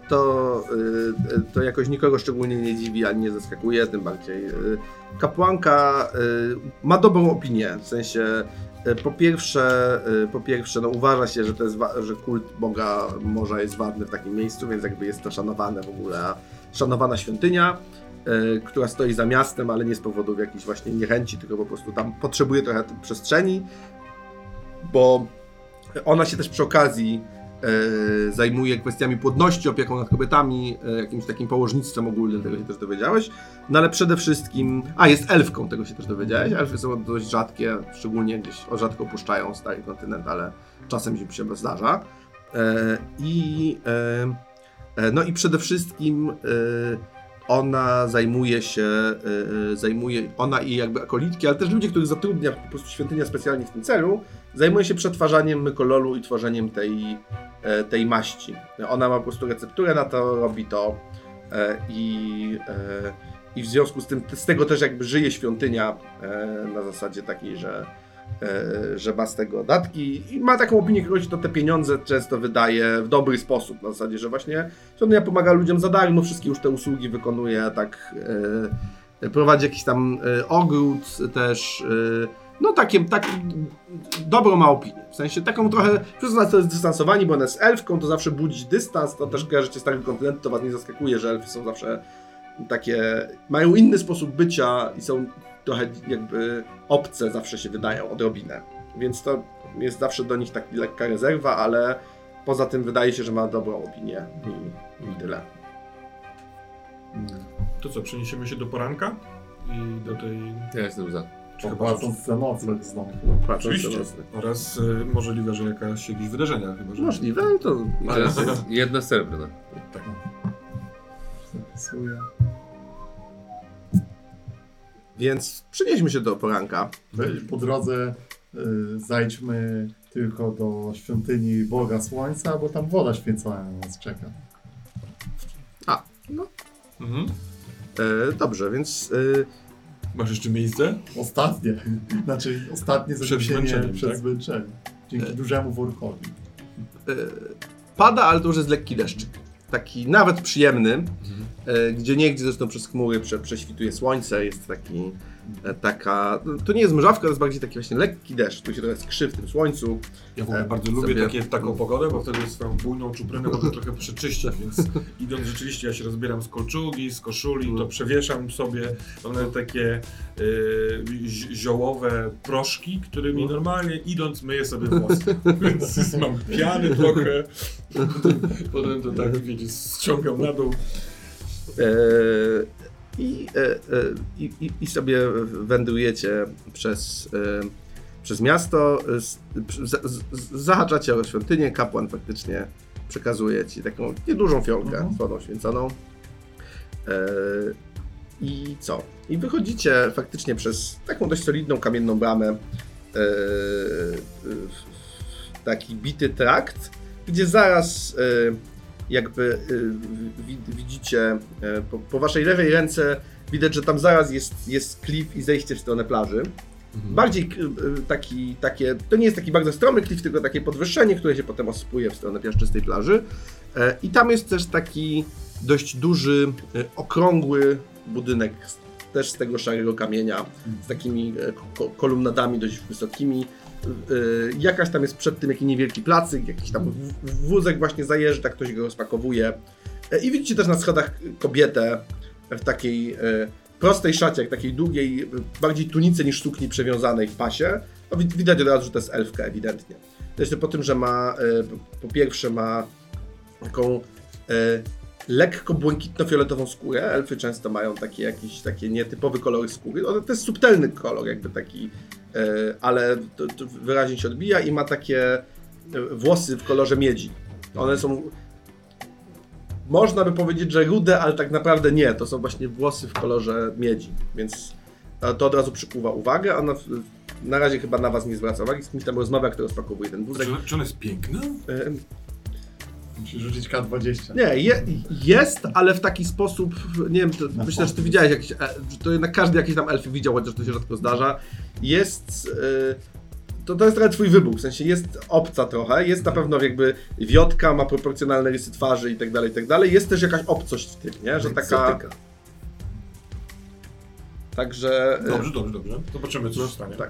to, y, to jakoś nikogo szczególnie nie dziwi, ani nie zaskakuje, tym bardziej. Y, kapłanka y, ma dobrą opinię, w sensie y, po pierwsze, y, po pierwsze no, uważa się, że, to jest wa- że kult Boga Morza jest ważny w takim miejscu, więc jakby jest to szanowane w ogóle, szanowana świątynia, y, która stoi za miastem, ale nie z powodu jakiejś właśnie niechęci, tylko po prostu tam potrzebuje trochę przestrzeni, bo ona się też przy okazji e, zajmuje kwestiami płodności, opieką nad kobietami, e, jakimś takim położnictwem ogólnym, tego się też dowiedziałeś. No ale przede wszystkim... A, jest elfką, tego się też dowiedziałeś. Elfy są dość rzadkie, szczególnie gdzieś rzadko opuszczają stary kontynent, ale czasem się zdarza. E, I e, e, no i przede wszystkim e, ona zajmuje się, e, zajmuje, ona i jakby akolitki, ale też ludzie, których zatrudnia po prostu świątynia specjalnie w tym celu, zajmuje się przetwarzaniem mykololu i tworzeniem tej, e, tej maści. Ona ma po prostu recepturę na to, robi to e, i, e, i w związku z tym, z tego też jakby żyje świątynia e, na zasadzie takiej, że, e, że ma z tego datki i ma taką opinię kogoś, kto te pieniądze często wydaje w dobry sposób, na zasadzie, że właśnie świątynia pomaga ludziom za darmo, wszystkie już te usługi wykonuje, tak e, prowadzi jakiś tam e, ogród też, e, no takie, tak, dobrą ma opinię, w sensie taką trochę, przez nas to jest dystansowani, bo ona jest elfką, to zawsze budzi dystans, to też kojarzycie Stary Kontynent, to was nie zaskakuje, że elfy są zawsze takie, mają inny sposób bycia i są trochę jakby obce, zawsze się wydają odrobinę, więc to jest zawsze do nich taka lekka rezerwa, ale poza tym wydaje się, że ma dobrą opinię i, i tyle. To co, przeniesiemy się do poranka i do tej... Ja jestem za. Czy chyba Popłacąc za nocleg znowu. Oczywiście. Oraz y, możliwe, że jakaś, jakieś wydarzenia chyba, że... Możliwe, to... Ale jedna srebrna. Tak. Zapisuję. Więc przenieśmy się do poranka. Po drodze y, zajdźmy tylko do świątyni Boga Słońca, bo tam woda święcona na nas czeka. A, no. Mhm. E, dobrze, więc... E, Masz jeszcze miejsce? Ostatnie. Znaczy ostatnie Przed zmęczenie zmęczeniem, przed tak? zmęczeniem. Dzięki dużemu workowi. e, pada, ale to już jest lekki deszczyk. Taki nawet przyjemny, Mhm. e, gdzie niegdzie zresztą przez chmury prze, prześwituje słońce, jest taki... E, taka... To nie jest mrzawka, to jest bardziej taki właśnie lekki deszcz, tu się trochę skrzy w tym słońcu. Ja w ogóle E, bardzo sobie- lubię takie, taką pogodę, bo wtedy swoją bujną czuprynę mogę trochę przeczyścić, więc idąc rzeczywiście ja się rozbieram z kolczugi, z koszuli, to przewieszam sobie, mam nawet takie y, zi- ziołowe proszki, którymi normalnie idąc myję sobie włosy, więc mam piany trochę, potem, potem to tak, wiecie, ściągam na dół. E, i, e, e, i, i, I sobie wędrujecie przez, e, przez miasto, e, z, z, z, zahaczacie o świątynię, kapłan faktycznie przekazuje ci taką niedużą fiolkę Mhm. z wodą święconą. E, I co? I wychodzicie faktycznie przez taką dość solidną kamienną bramę, e, w, w taki bity trakt, gdzie zaraz e, jakby y, wi- widzicie y, po, po waszej lewej ręce widać, że tam zaraz jest, jest klif i zejście w stronę plaży. Mhm. Bardziej y, y, taki, takie, to nie jest taki bardzo stromy klif, tylko takie podwyższenie, które się potem osypuje w stronę piaszczystej plaży. E, I tam jest też taki dość duży, y, okrągły budynek, z- też z tego szarego kamienia, z takimi e, ko- kolumnadami dość wysokimi. Yy, jakaś tam jest przed tym jakiś niewielki placyk, jakiś tam w- wózek właśnie zajeżdża, ktoś go rozpakowuje. Yy, I widzicie też na schodach kobietę w takiej yy, prostej szacie, jak takiej długiej, yy, bardziej tunicy niż sukni przewiązanej w pasie. No, wid- widać od razu, że to jest elfka ewidentnie. To jeszcze po tym, że ma, yy, po pierwsze ma taką yy, lekko błękitno-fioletową skórę. Elfy często mają takie jakieś takie nietypowe kolory skóry. No, to jest subtelny kolor, jakby taki, e, ale to, to wyraźnie się odbija i ma takie e, włosy w kolorze miedzi. One są, można by powiedzieć, że rude, ale tak naprawdę nie. To są właśnie włosy w kolorze miedzi, więc e, to od razu przykuwa uwagę. Ona w, na razie chyba na was nie zwraca uwagi, z kimś tam rozmawia, kto rozpakowuje ten wózek. Czy, czy ona jest piękna? E, Musisz rzucić K dwadzieścia. Nie, je, jest, ale w taki sposób, nie wiem, to, Na myślę, że ty fokus. widziałeś jakieś, e, że to jednak każdy jakiś tam elfy widział, chociaż to się rzadko zdarza. Jest, e, to, to jest trochę twój wybór, w sensie jest obca trochę, jest na pewno jakby wiotka, ma proporcjonalne rysy twarzy i tak dalej, i tak dalej. Jest też jakaś obcość w tym, nie? Że taka... Egzotyka. Także... Dobrze, dobrze, dobrze. Zobaczymy, co się stanie. Tak.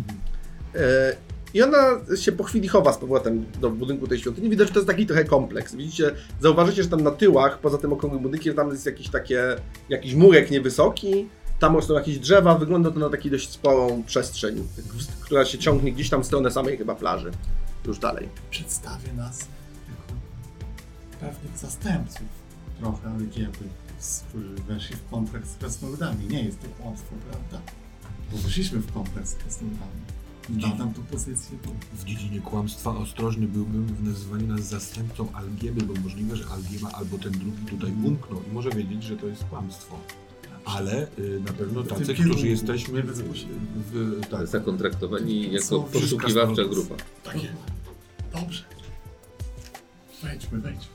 E, I ona się po chwili chowa z powrotem do budynku tej świątyni. Widać, że to jest taki trochę kompleks. Widzicie, zauważycie, że tam na tyłach, poza tym okrągłym budynkiem, tam jest jakiś, takie, jakiś murek niewysoki, tam rosną jakieś drzewa, wygląda to na taką dość sporą przestrzeń, która się ciągnie gdzieś tam w stronę samej chyba plaży. Już dalej. Przedstawię nas jako pewnych zastępców trochę Algierby, którzy weszli w kontrakt z krasnoludami. Nie jest to kłamstwo, prawda? Bo weszliśmy w kontrakt z krasnoludami. Dam tu pozycję. Bo... W dziedzinie kłamstwa ostrożny byłbym w nazywaniu nas zastępcą Algieby, bo możliwe, że Algieba albo ten drugi tutaj umknął i może wiedzieć, że to jest kłamstwo. Ale y, na pewno tacy, którzy jesteśmy w, w, w, tak. zakontraktowani jako Są poszukiwawcza grupa. Tak jest. Dobrze. Wejdźmy, wejdźmy.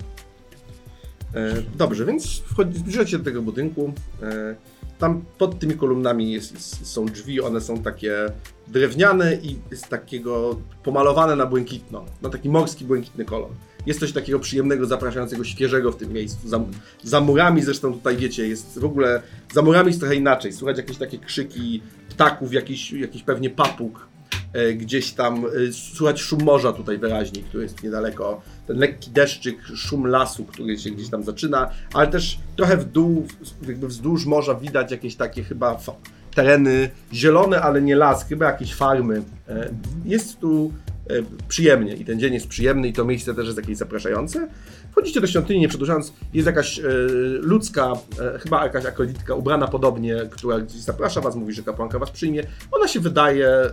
E, dobrze, więc wchodzi, zbliżacie się do tego budynku. E, tam pod tymi kolumnami jest, jest, są drzwi, one są takie drewniane i z takiego pomalowane na błękitno, na taki morski błękitny kolor. Jest coś takiego przyjemnego, zapraszającego, świeżego w tym miejscu. Za, za murami zresztą tutaj wiecie, jest w ogóle, za murami jest trochę inaczej. Słychać jakieś takie krzyki ptaków, jakiś, jakiś pewnie papug. E, gdzieś tam e, słychać szum morza tutaj wyraźnie, który jest niedaleko. Ten lekki deszczyk, szum lasu, który się gdzieś tam zaczyna, ale też trochę w dół, jakby wzdłuż morza widać jakieś takie chyba tereny zielone, ale nie las, chyba jakieś farmy. E, jest tu e, przyjemnie i ten dzień jest przyjemny i to miejsce też jest jakieś zapraszające. Wchodzicie do świątyni, nie przedłużając, jest jakaś e, ludzka, e, chyba jakaś akolitka ubrana podobnie, która gdzieś zaprasza was, mówi, że kapłanka was przyjmie. Ona się wydaje e,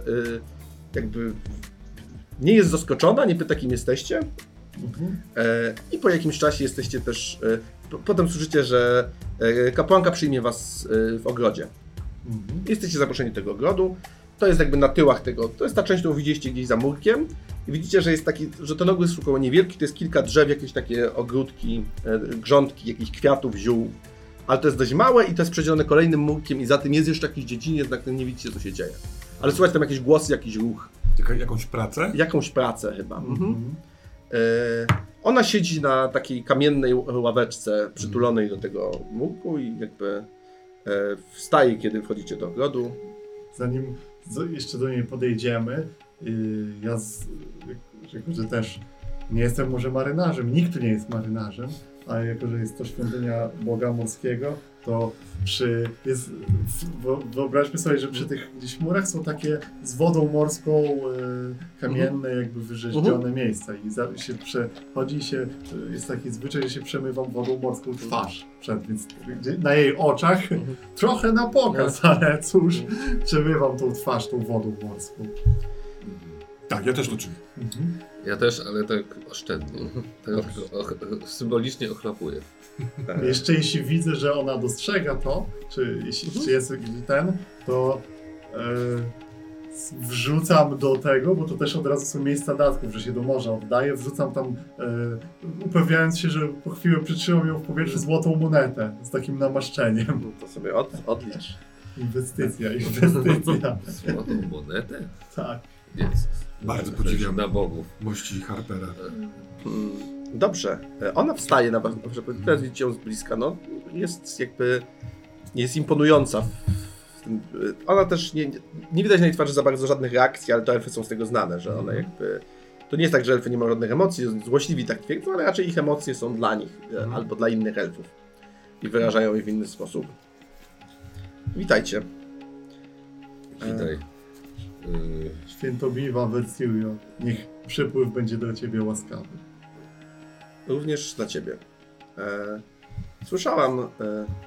jakby nie jest zaskoczona, nie pyta, kim jesteście. Mhm. E, I po jakimś czasie jesteście też, e, p- potem słyszycie, że e, kapłanka przyjmie was e, w ogrodzie. Mhm. Jesteście zaproszeni do tego ogrodu. To jest jakby na tyłach tego, to jest ta część, którą widzieliście gdzieś za murkiem. I widzicie, że jest taki, że ten ogród jest około niewielki, to jest kilka drzew, jakieś takie ogródki, e, grządki, jakichś kwiatów, ziół. Ale to jest dość małe i to jest przedzielone kolejnym murkiem i za tym jest jeszcze jakiś dziedziniec, na którym nie widzicie, co się dzieje. Ale słuchajcie, tam jakieś głosy, jakiś ruch. Jaka, jakąś pracę? Jakąś pracę chyba. Mhm. Mhm. E, ona siedzi na takiej kamiennej ławeczce przytulonej do tego murku i jakby e, wstaje, kiedy wchodzicie do ogrodu. Zanim z- jeszcze do niej podejdziemy, yy, ja z, jako, że też nie jestem może marynarzem, nikt tu nie jest marynarzem, ale jako, że jest to świątynia Boga Morskiego, to przy, jest, w- wyobraźmy sobie, że przy tych gdzieś murach są takie z wodą morską yy, kamienne, jakby wyrzeźbione Mhm. miejsca i za, się przechodzi się, jest taki zwyczaj, że się przemywam wodą morską twarz przed, więc gdzie- na jej oczach trochę na pokaz, ale cóż, przemywam tą twarz tą wodą morską. Tak, ja też to czynię. Mhm. Ja też, ale tak oszczędnie. Tak o, o, symbolicznie ochlapuję. E, Jeszcze jeśli widzę, że ona dostrzega to, czy jeśli czy jest ten, to e, wrzucam do tego, bo to też od razu są miejsca datków, że się do morza oddaje, wrzucam tam, e, upewniając się, że po chwilę przytrzymam ją w powietrzu złotą monetę z takim namaszczeniem. no to sobie od, odlicz. Inwestycja, inwestycja. Złotą monetę? Tak. Jezus. Bardzo podziwiam. Na bogów. Mości Harpera. Mm, Dobrze. E, Ona wstaje na was, żeby teraz widzicie ją z bliska, no jest jakby, jest imponująca. w- w tym- e, Ona też, nie, nie widać na jej twarzy za bardzo żadnych reakcji, ale to elfy są z tego znane, że one jakby, to nie jest tak, że elfy nie mają żadnych emocji, złośliwi tak twierdzą, ale raczej ich emocje są dla nich, e, Mhm. albo dla innych elfów i wyrażają je w inny sposób. Witajcie. Witaj. Yy, Świętobliwa Versilio, niech przypływ będzie do ciebie łaskawy. Również dla ciebie. E, słyszałam, e,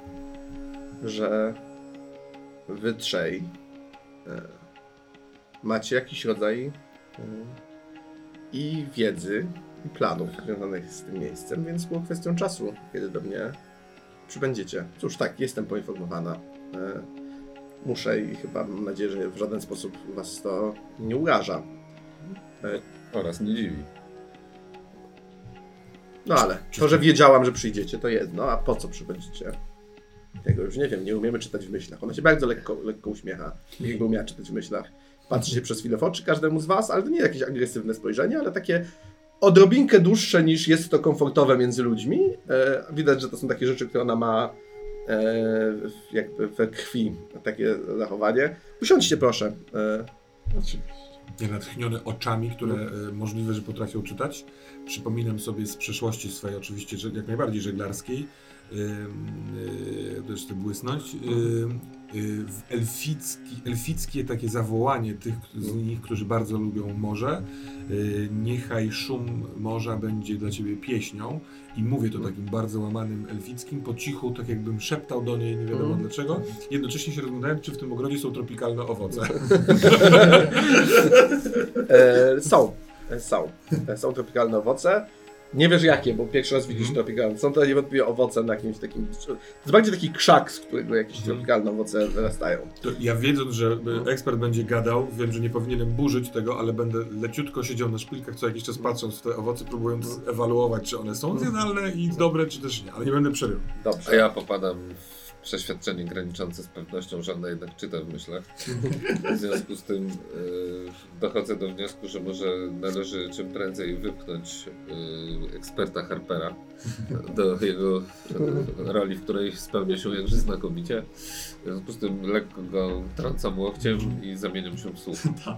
że wy trzej e, macie jakiś rodzaj e, i wiedzy, i planów związanych z tym miejscem, więc było kwestią czasu, kiedy do mnie przybędziecie. Cóż, tak, jestem poinformowana. E, muszę i chyba mam nadzieję, że w żaden sposób was to nie uraża. oraz nie dziwi. No ale to, że wiedziałam, że przyjdziecie, to jedno, a po co przybędziecie? Tego już nie wiem, nie umiemy czytać w myślach. Ona się bardzo lekko, lekko uśmiecha, jakby umiała czytać w myślach. patrzy się przez chwilę w oczy każdemu z was, ale to nie jakieś agresywne spojrzenie, ale takie odrobinkę dłuższe niż jest to komfortowe między ludźmi. E, widać, że to są takie rzeczy, które ona ma e, jakby we krwi, takie zachowanie. Usiądźcie proszę. E, Oczywiście. Ja natchniony oczami, które e, możliwe, że potrafią czytać. Przypominam sobie z przeszłości swojej, oczywiście, że jak najbardziej żeglarskiej, też to błysnąć, w elficki, elfickie takie zawołanie tych z nich, którzy bardzo lubią morze. Niechaj szum morza będzie dla ciebie pieśnią. I mówię to takim bardzo łamanym elfickim, po cichu, tak jakbym szeptał do niej, nie wiadomo mm. dlaczego. Jednocześnie się rozglądałem, czy w tym ogrodzie są tropikalne owoce. e, są. Są. Są tropikalne owoce. Nie wiesz jakie, bo pierwszy raz widzisz mm. tropikalne. Są to niewątpliwie owoce na jakimś takim... To jest bardziej taki krzak, z którego jakieś mm. tropikalne owoce wyrastają. To ja wiedząc, że ekspert będzie gadał, wiem, że nie powinienem burzyć tego, ale będę leciutko siedział na szpilkach co jakiś czas patrząc w te owoce, próbując ewaluować, czy one są zjadalne i dobre, czy też nie, ale nie będę przerywał. Dobrze. A ja popadam w przeświadczenie graniczące z pewnością, że ona jednak czyta w myślach. W związku z tym yy, dochodzę do wniosku, że może należy czym prędzej wypchnąć yy, eksperta Harpera do jego yy, roli, w której spełnia się jakże znakomicie. W związku z tym lekko go trącam łokciem i zamieniam się w słuch.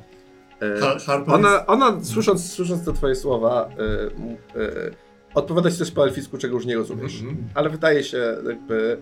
E, ona, ona słysząc, słysząc te twoje słowa, yy, yy, odpowiada ci coś po elficku, czego już nie rozumiesz. Mm-hmm. Ale wydaje się jakby...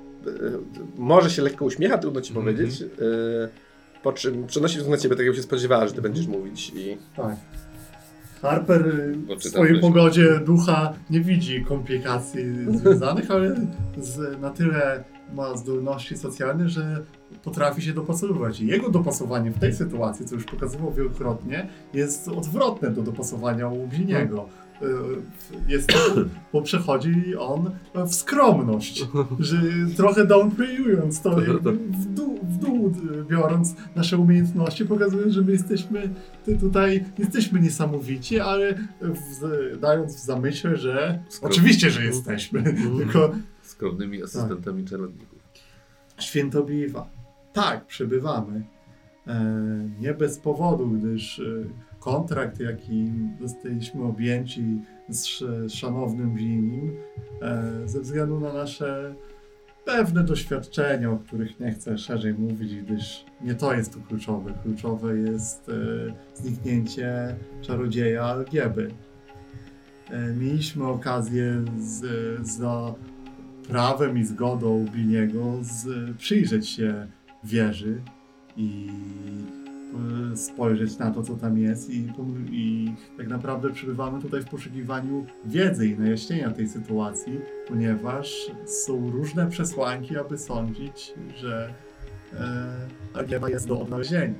Może się lekko uśmiecha, trudno ci mm-hmm. powiedzieć. Yy, po czym przenosi się na ciebie, tak jak się spodziewała, że ty będziesz mówić. I... Tak. Harper w swojej pogodzie ducha nie widzi komplikacji związanych, ale z, na tyle ma zdolności socjalne, że potrafi się dopasowywać. I jego dopasowanie w tej sytuacji, co już pokazywał wielokrotnie, jest odwrotne do dopasowania u Bliniego. Jest to, bo przechodzi on w skromność, że trochę downplayując to, w dół, w dół biorąc nasze umiejętności, pokazując, że my jesteśmy tutaj, jesteśmy niesamowici, ale w, dając w zamyśle, że Skrom... oczywiście, że jesteśmy, mm. tylko skromnymi asystentami tak. Czarowników. Świętobliwa. Tak, przybywamy. E, nie bez powodu, gdyż kontrakt, jaki zostaliśmy objęci z szanownym Blinim, ze względu na nasze pewne doświadczenia, o których nie chcę szerzej mówić, gdyż nie to jest tu kluczowe. Kluczowe jest zniknięcie czarodzieja Algieby. Mieliśmy okazję z, za prawem i zgodą Bliniego z, przyjrzeć się wieży i spojrzeć na to, co tam jest i, i tak naprawdę przybywamy tutaj w poszukiwaniu wiedzy i najaśnienia tej sytuacji, ponieważ są różne przesłanki, aby sądzić, że e, Algieba jest do odnalezienia.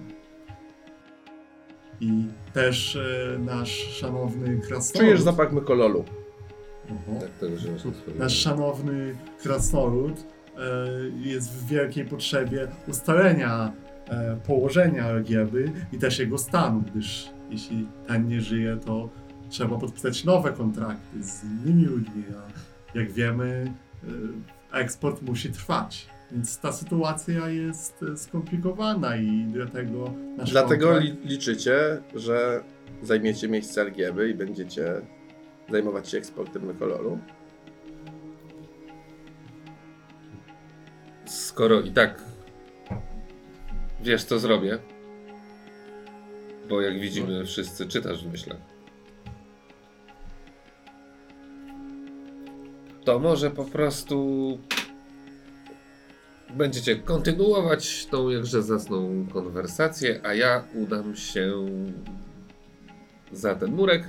I też e, nasz szanowny krasnolud... Czujesz zapach mykololu. Uh-huh. Tak, to już nasz szanowny krasnolud e, jest w wielkiej potrzebie ustalenia położenia Algieby i też jego stanu, gdyż jeśli ten nie żyje, to trzeba podpisać nowe kontrakty z innymi ludźmi, a jak wiemy, eksport musi trwać. Więc ta sytuacja jest skomplikowana i dlatego nasz Dlatego kontrakt... li- liczycie, że zajmiecie miejsce Algieby i będziecie zajmować się eksportem mykololu? Skoro i tak wiesz, co zrobię, bo jak widzimy, wszyscy czytasz w myślach. To może po prostu będziecie kontynuować tą jakże zacną konwersację, a ja udam się za ten murek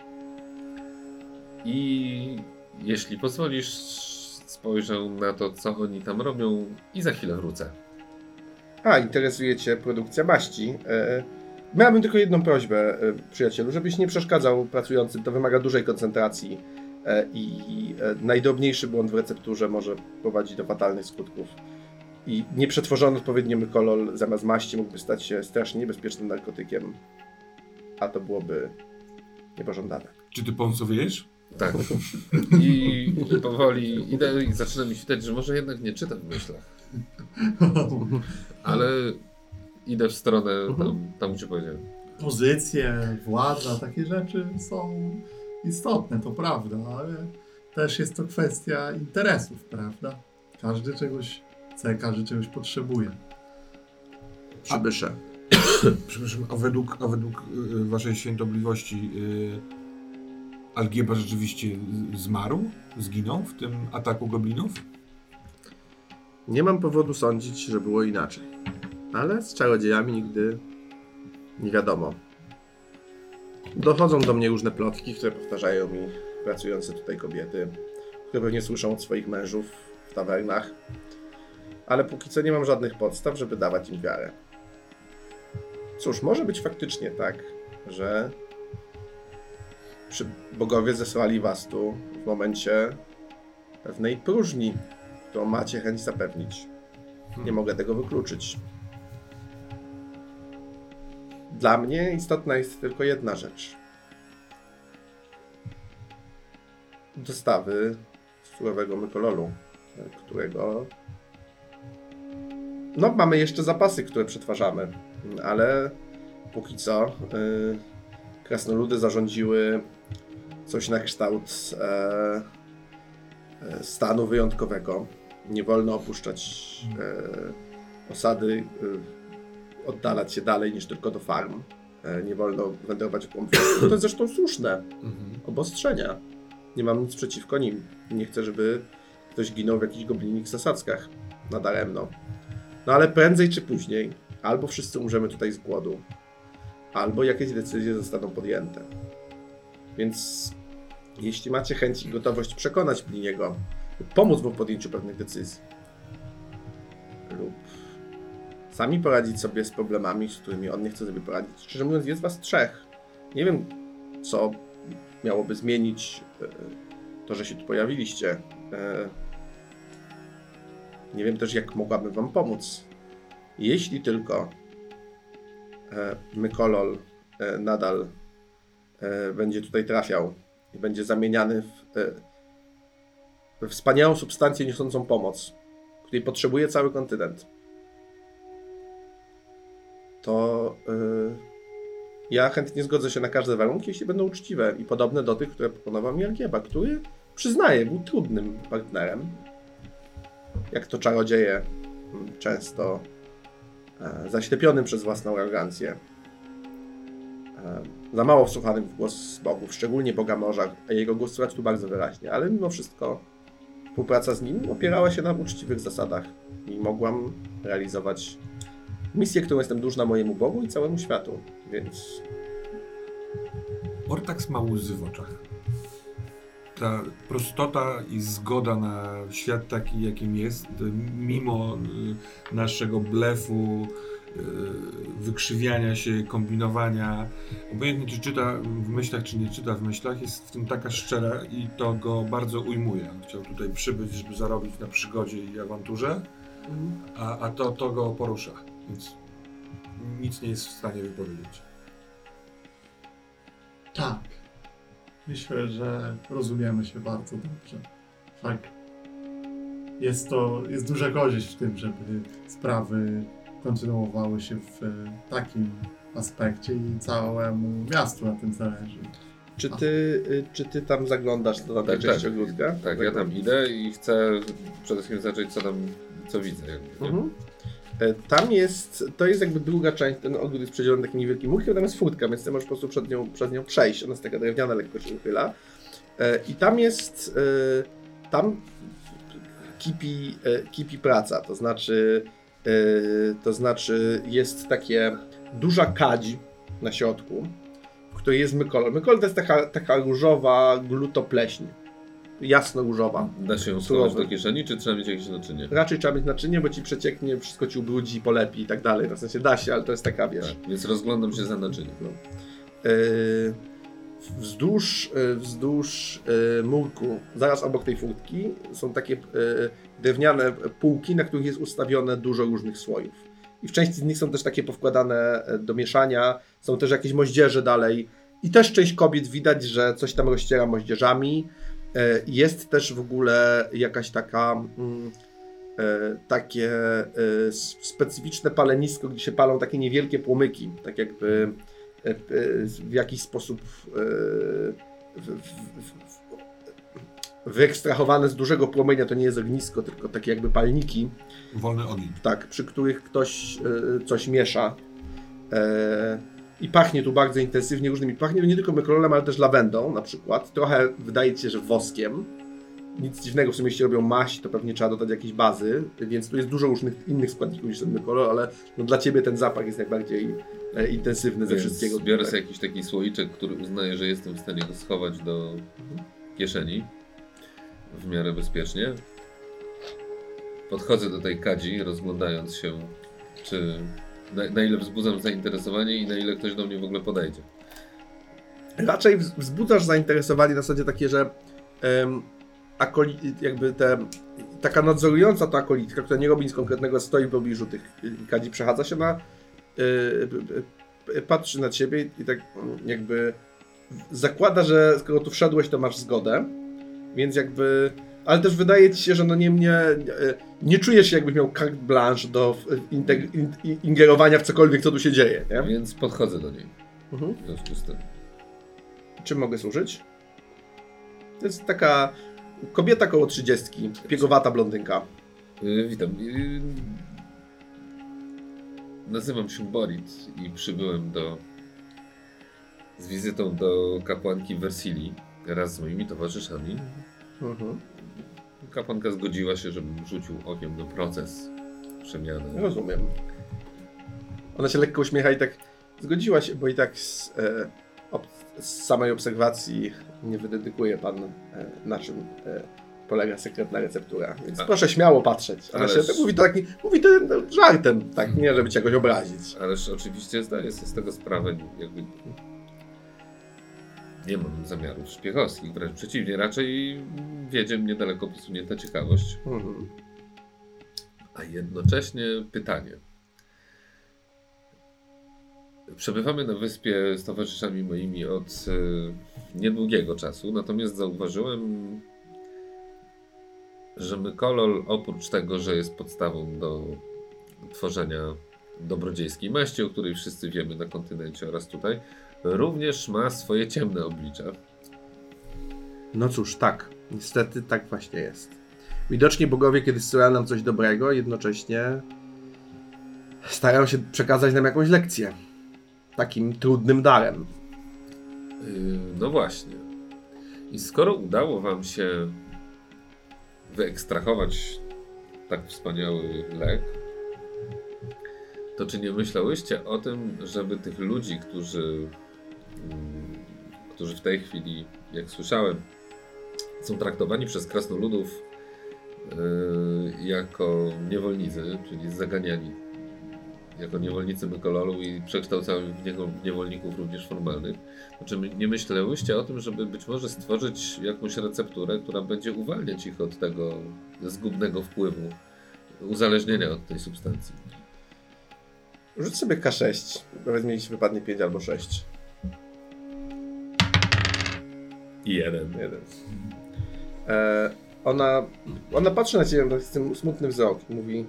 i jeśli pozwolisz, spojrzę na to, co oni tam robią i za chwilę wrócę. A, interesuje cię produkcja maści. E, miałabym tylko jedną prośbę, e, przyjacielu, żebyś nie przeszkadzał pracującym. To wymaga dużej koncentracji e, i e, najdrobniejszy błąd w recepturze może prowadzić do fatalnych skutków. I nieprzetworzony odpowiednio mykolol zamiast maści mógłby stać się strasznie niebezpiecznym narkotykiem, a to byłoby niepożądane. Czy ty pomcowiejesz? Tak. I powoli idę i zaczyna mi świtać, że może jednak nie czytam w myślach. Ale idę w stronę Mhm. tam, tam gdzie powiedziałem. Pozycje, władza, takie rzeczy są istotne, to prawda, ale też jest to kwestia interesów, prawda? Każdy czegoś chce, każdy czegoś potrzebuje. Przybysze. Przepraszam, a według, a według y, waszej świętobliwości y, Algieba rzeczywiście zmarł? Zginął w tym ataku goblinów? Nie mam powodu sądzić, że było inaczej. Ale z czarodziejami nigdy nie wiadomo. Dochodzą do mnie różne plotki, które powtarzają mi pracujące tutaj kobiety, które pewnie słyszą od swoich mężów w tawernach. Ale póki co nie mam żadnych podstaw, żeby dawać im wiarę. Cóż, może być faktycznie tak, że przy bogowie zesłali was tu w momencie pewnej próżni, którą macie chęć zapewnić. Nie mogę tego wykluczyć. Dla mnie istotna jest tylko jedna rzecz. Dostawy surowego mykololu, którego... No, mamy jeszcze zapasy, które przetwarzamy, ale póki co yy, krasnoludy zarządziły coś na kształt e, e, stanu wyjątkowego. Nie wolno opuszczać e, osady, e, oddalać się dalej niż tylko do farm. E, nie wolno wędrować w głąb wioski. To jest zresztą słuszne. Obostrzenia. Nie mam nic przeciwko nim. Nie chcę, żeby ktoś ginął w jakichś goblinik zasadzkach nadaremno. No ale prędzej czy później albo wszyscy umrzemy tutaj z głodu, albo jakieś decyzje zostaną podjęte. Więc jeśli macie chęć i gotowość przekonać Pliniego lub pomóc mu w podjęciu pewnych decyzji, lub sami poradzić sobie z problemami, z którymi on nie chce sobie poradzić. Szczerze mówiąc, jest was trzech. Nie wiem, co miałoby zmienić to, że się tu pojawiliście. Nie wiem też, jak mogłabym wam pomóc. Jeśli tylko mykolol nadal będzie tutaj trafiał i będzie zamieniany w, we wspaniałą substancję niosącą pomoc, której potrzebuje cały kontynent, to yy, ja chętnie zgodzę się na każde warunki, jeśli będą uczciwe i podobne do tych, które proponował mi Algieba, który, przyznaję, był trudnym partnerem. Jak to czarodzieje, często e, zaślepionym przez własną arogancję. E, za mało wsłuchanym w głos bogów, szczególnie Boga Morza, a jego głos słychać tu bardzo wyraźnie, ale mimo wszystko współpraca z nim opierała się na uczciwych zasadach i mogłam realizować misję, którą jestem dłużna mojemu Bogu i całemu światu, więc... Ortax ma łzy w oczach. Ta prostota i zgoda na świat taki, jakim jest, mimo y, naszego blefu, y, wykrzywiania się, kombinowania, obojętnie czy czyta w myślach, czy nie czyta w myślach, jest w tym taka szczera i to go bardzo ujmuje. On chciał tutaj przybyć, żeby zarobić na przygodzie i awanturze, a, a to, to go porusza, więc nic nie jest w stanie wypowiedzieć. Tak. Myślę, że rozumiemy się bardzo dobrze. Tak. Jest to, jest duża korzyść w tym, żeby sprawy kontynuowały się w takim aspekcie i całemu miastu na tym zależy. Czy ty, czy ty tam zaglądasz do tej Tak, części tak. ogródka? Tak, ja tam idę i chcę przede wszystkim zacząć, co tam, co widzę. Jakby, Mhm. Tam jest, to jest jakby druga część, ten ogród jest przedzielony takim niewielkim murkiem, tam jest furtka, więc ty możesz po prostu przed nią, przed nią przejść, ona jest taka drewniana, lekko się uchyla. I tam jest, tam kipi, kipi praca, to znaczy, to znaczy jest takie duża kadź na środku, w której jest mykolol. Mykolol to jest taka, taka różowa glutopleśń. Jasno różowa. Da się ją schować do kieszeni, czy trzeba mieć jakieś naczynie? Raczej trzeba mieć naczynie, bo ci przecieknie, wszystko ci ubrudzi, polepi i tak dalej. Na sensie da się, ale to jest taka, wiesz... Tak, więc rozglądam się za naczyniem. No. Yy, wzdłuż yy, wzdłuż yy, murku, zaraz obok tej furtki, są takie yy, drewniane półki, na których jest ustawione dużo różnych słojów. I w części z nich są też takie powkładane do mieszania, są też jakieś moździerze dalej. I też część kobiet widać, że coś tam rozciera moździerzami. Jest też w ogóle jakaś taka, e, takie e, specyficzne palenisko, gdzie się palą takie niewielkie płomyki, tak jakby e, e, w jakiś sposób e, w, w, w, wyekstrahowane z dużego płomienia, to nie jest ognisko, tylko takie jakby palniki. Wolny ogień. Tak, przy których ktoś e, coś miesza. E, I pachnie tu bardzo intensywnie różnymi. Pachnie nie tylko mykololem, ale też lawendą na przykład. Trochę wydaje ci się, że woskiem. Nic dziwnego, w sumie jeśli robią maść, to pewnie trzeba dodać jakieś bazy, więc tu jest dużo różnych innych składników niż ten mykolol, ale no dla ciebie ten zapach jest najbardziej e, intensywny ze Więc wszystkiego. biorę tutaj. sobie jakiś taki słoiczek, który uznaję, że jestem w stanie go schować do kieszeni w miarę bezpiecznie. Podchodzę do tej kadzi, rozglądając się, czy na, na ile wzbudzam zainteresowanie i na ile ktoś do mnie w ogóle podejdzie. Raczej wz- wzbudzasz zainteresowanie na zasadzie takie, że em, akoli, jakby te, taka nadzorująca ta akolitka, która nie robi nic konkretnego, stoi w pobliżu tych kadzi, przechadza się na, y, y, y, patrzy na ciebie i tak mm, jakby zakłada, że skoro tu wszedłeś, to masz zgodę, więc jakby, ale też wydaje ci się, że no nie, nie, nie czujesz się, jakbyś miał carte blanche do integ- in, ingerowania w cokolwiek, co tu się dzieje, nie? Więc podchodzę do niej. Mhm. W związku z tym. Czym mogę służyć? To jest taka kobieta koło trzydziestki, piegowata blondynka. Yy, witam. Yy, nazywam się Borit i przybyłem do z wizytą do kapłanki Versili wraz z moimi towarzyszami. Mhm. Kapłanka zgodziła się, żebym rzucił okiem na proces przemiany. Rozumiem. Ona się lekko uśmiecha i tak zgodziła się, bo i tak z, e, ob, z samej obserwacji nie wydedykuje pan, e, na czym e, polega sekretna receptura. Więc A. proszę śmiało patrzeć. Ona Ależ- się tak mówi to taki, mówi to żartem, tak, nie żeby cię jakoś obrazić. Ależ oczywiście zdaję sobie z tego sprawę, jakby nie mam zamiarów szpiegowskich, wręcz przeciwnie, raczej wiedzie mnie daleko posunięta ciekawość. Mhm. A jednocześnie pytanie. Przebywamy na wyspie z towarzyszami moimi od e, niedługiego czasu, natomiast zauważyłem, że mykolol oprócz tego, że jest podstawą do tworzenia dobrodziejskiej maści, o której wszyscy wiemy na kontynencie oraz tutaj, również ma swoje ciemne oblicza. No cóż, tak. Niestety tak właśnie jest. Widocznie bogowie, kiedy zsyłają nam coś dobrego, jednocześnie starają się przekazać nam jakąś lekcję. Takim trudnym darem. Yy, no właśnie. I skoro udało wam się wyekstrahować tak wspaniały lek, to czy nie myślałyście o tym, żeby tych ludzi, którzy, mm, którzy w tej chwili, jak słyszałem, są traktowani przez krasnoludów yy, jako niewolnicy, czyli zaganiani jako niewolnicy mykololu i przekształcamy w niego niewolników również formalnych. Znaczy, nie myślałyście o tym, żeby być może stworzyć jakąś recepturę, która będzie uwalniać ich od tego zgubnego wpływu, uzależnienia od tej substancji? Rzuć sobie K sześć. Powiedzmy, jeśli wypadnie pięć albo sześć. I jeden. Jeden. E, ona, ona patrzy na ciebie z tym smutnym wzrokiem i mówi: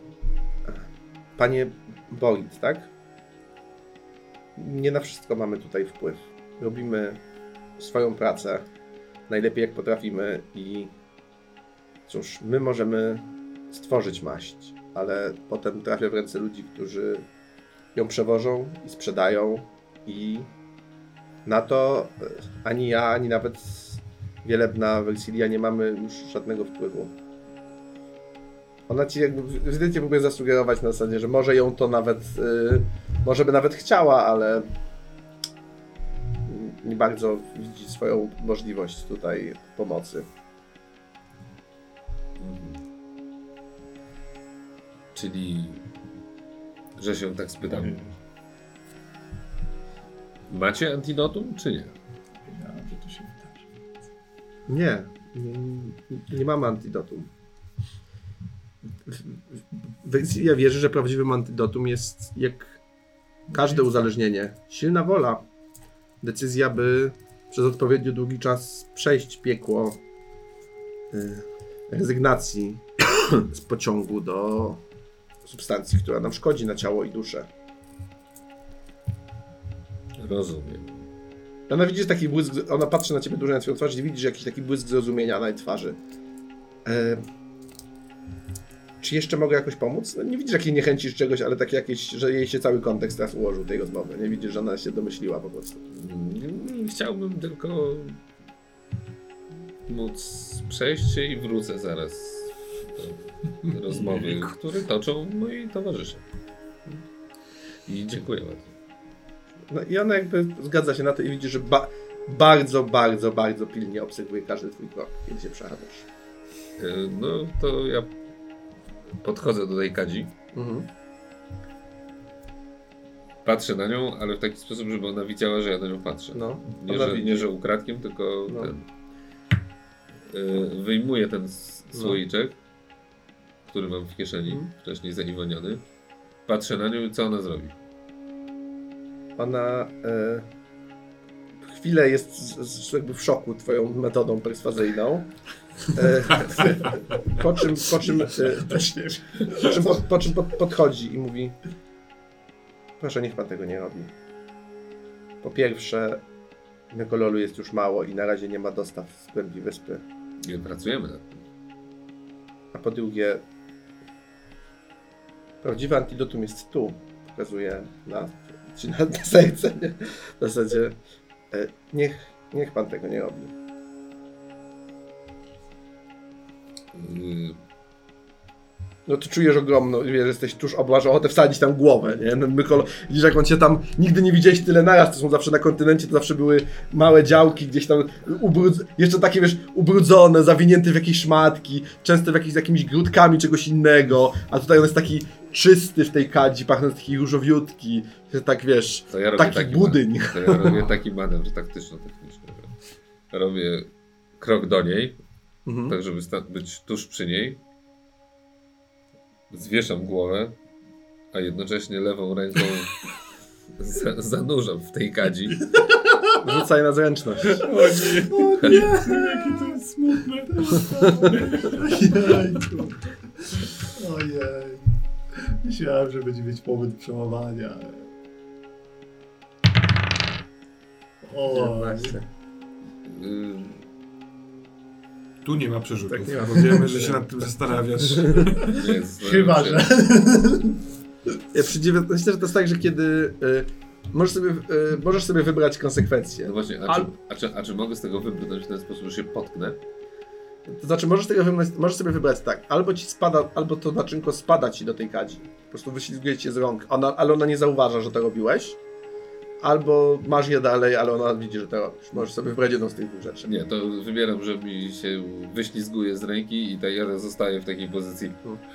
Panie Borit, tak? Nie na wszystko mamy tutaj wpływ. Robimy swoją pracę najlepiej jak potrafimy i cóż, my możemy stworzyć maść, ale potem trafia w ręce ludzi, którzy ją przewożą i sprzedają i na to ani ja, ani nawet Wielebna Versilia nie mamy już żadnego wpływu. Ona ci jakby ewidentnie próbuje zasugerować na zasadzie, że może ją to nawet, yy, może by nawet chciała, ale nie bardzo widzi swoją możliwość tutaj pomocy. Mhm. Czyli, że się tak spytam, macie antidotum, czy nie? Wiedziałem, że to się wydarzy. Nie, nie, nie mamy antidotum. Versilia wierzy, że prawdziwym antidotum jest jak każde uzależnienie. Silna wola. Decyzja, by przez odpowiednio długi czas przejść piekło y, rezygnacji z pociągu do substancji, która nam szkodzi na ciało i duszę. Rozumiem. Ona widzi taki błysk, ona patrzy na ciebie dużo na twoją twarz i widzisz jakiś taki błysk zrozumienia na jej twarzy. E... Czy jeszcze mogę jakoś pomóc? No, nie widzisz jakiej niechęci czy czegoś, ale takie jakieś, że jej się cały kontekst teraz ułożył tej rozmowy. Nie widzisz, że ona się domyśliła po prostu. Chciałbym tylko móc przejść się i wrócę zaraz do rozmowy, które toczą moi towarzysze. I dziękuję bardzo. No i ona jakby zgadza się na to i widzi, że ba bardzo, bardzo, bardzo pilnie obserwuje każdy twój krok, kiedy się przechadzasz. No to ja podchodzę do tej kadzi. Mhm. Patrzę na nią, ale w taki sposób, żeby ona widziała, że ja na nią patrzę. No, nie, ona że, widzi. nie, że ukradkiem, tylko No. ten. Y, wyjmuję ten s- No. słoiczek, który mam w kieszeni, Mhm. wcześniej zaiwoniony. Patrzę na nią i co ona zrobi? Ona e, chwilę jest z, z, jakby w szoku twoją metodą perswazyjną. E, po czym, po czym, e, po czym, po, po czym pod, podchodzi i mówi: proszę, niech pan tego nie robi. Po pierwsze, Mykololu jest już mało i na razie nie ma dostaw z głębi wyspy. Nie pracujemy nad tym. A po drugie, prawdziwe antidotum jest tu. Pokazuje na, czy na, na serce, nie? W zasadzie e, niech, niech pan tego nie robi. Yy, No ty czujesz ogromną, wiesz, jesteś tuż obok, masz ochotę wsadzić tam głowę, nie? No, Mykolo, widzisz jak on cię tam, nigdy nie widziałeś tyle naraz, to są zawsze na kontynencie, to zawsze były małe działki, gdzieś tam, ubrudz... jeszcze takie, wiesz, ubrudzone, zawinięte w jakieś szmatki, często w jakieś, z jakimiś grudkami czegoś innego, a tutaj on jest taki czysty w tej kadzi, pachnąc taki różowiutki, że tak, wiesz, to ja robię taki, taki budyń. Man- to ja robię taki manewr taktyczno-techniczny, że robię krok do niej, Mhm. tak żeby sta- być tuż przy niej. Zwieszam głowę, a jednocześnie lewą ręką za- zanurzam w tej kadzi. Rzucaj na zręczność. O nie, o nie, jakie to jest smutne. Ojejku. Ojej. Myślałem, że będzie mieć powód przełamania. ale- O, Właśnie. Yy, Tu nie ma przerzutów. Tak, nie ma. Bo wiemy, że się nad tym zastanawiasz. nie jest chyba, że... Ja przy dziewiętnaście, myślę, że to jest tak, że kiedy y, możesz, sobie, y, możesz sobie wybrać konsekwencje. No właśnie, a, Al- czy, a, czy, a czy mogę z tego wybrnąć w ten sposób, że się potknę? To znaczy, możesz, tego wybrać, możesz sobie wybrać tak, albo ci spada, albo to naczynko spada ci do tej kadzi. Po prostu wyślizguje cię z rąk, ona, ale ona nie zauważa, że to robiłeś. Albo masz je dalej, ale ona widzi, że to robisz. Możesz sobie wybrać jedną z tych dwóch rzeczy. Nie, to wybieram, że mi się wyślizguje z ręki i tak ja zostaję w takiej pozycji.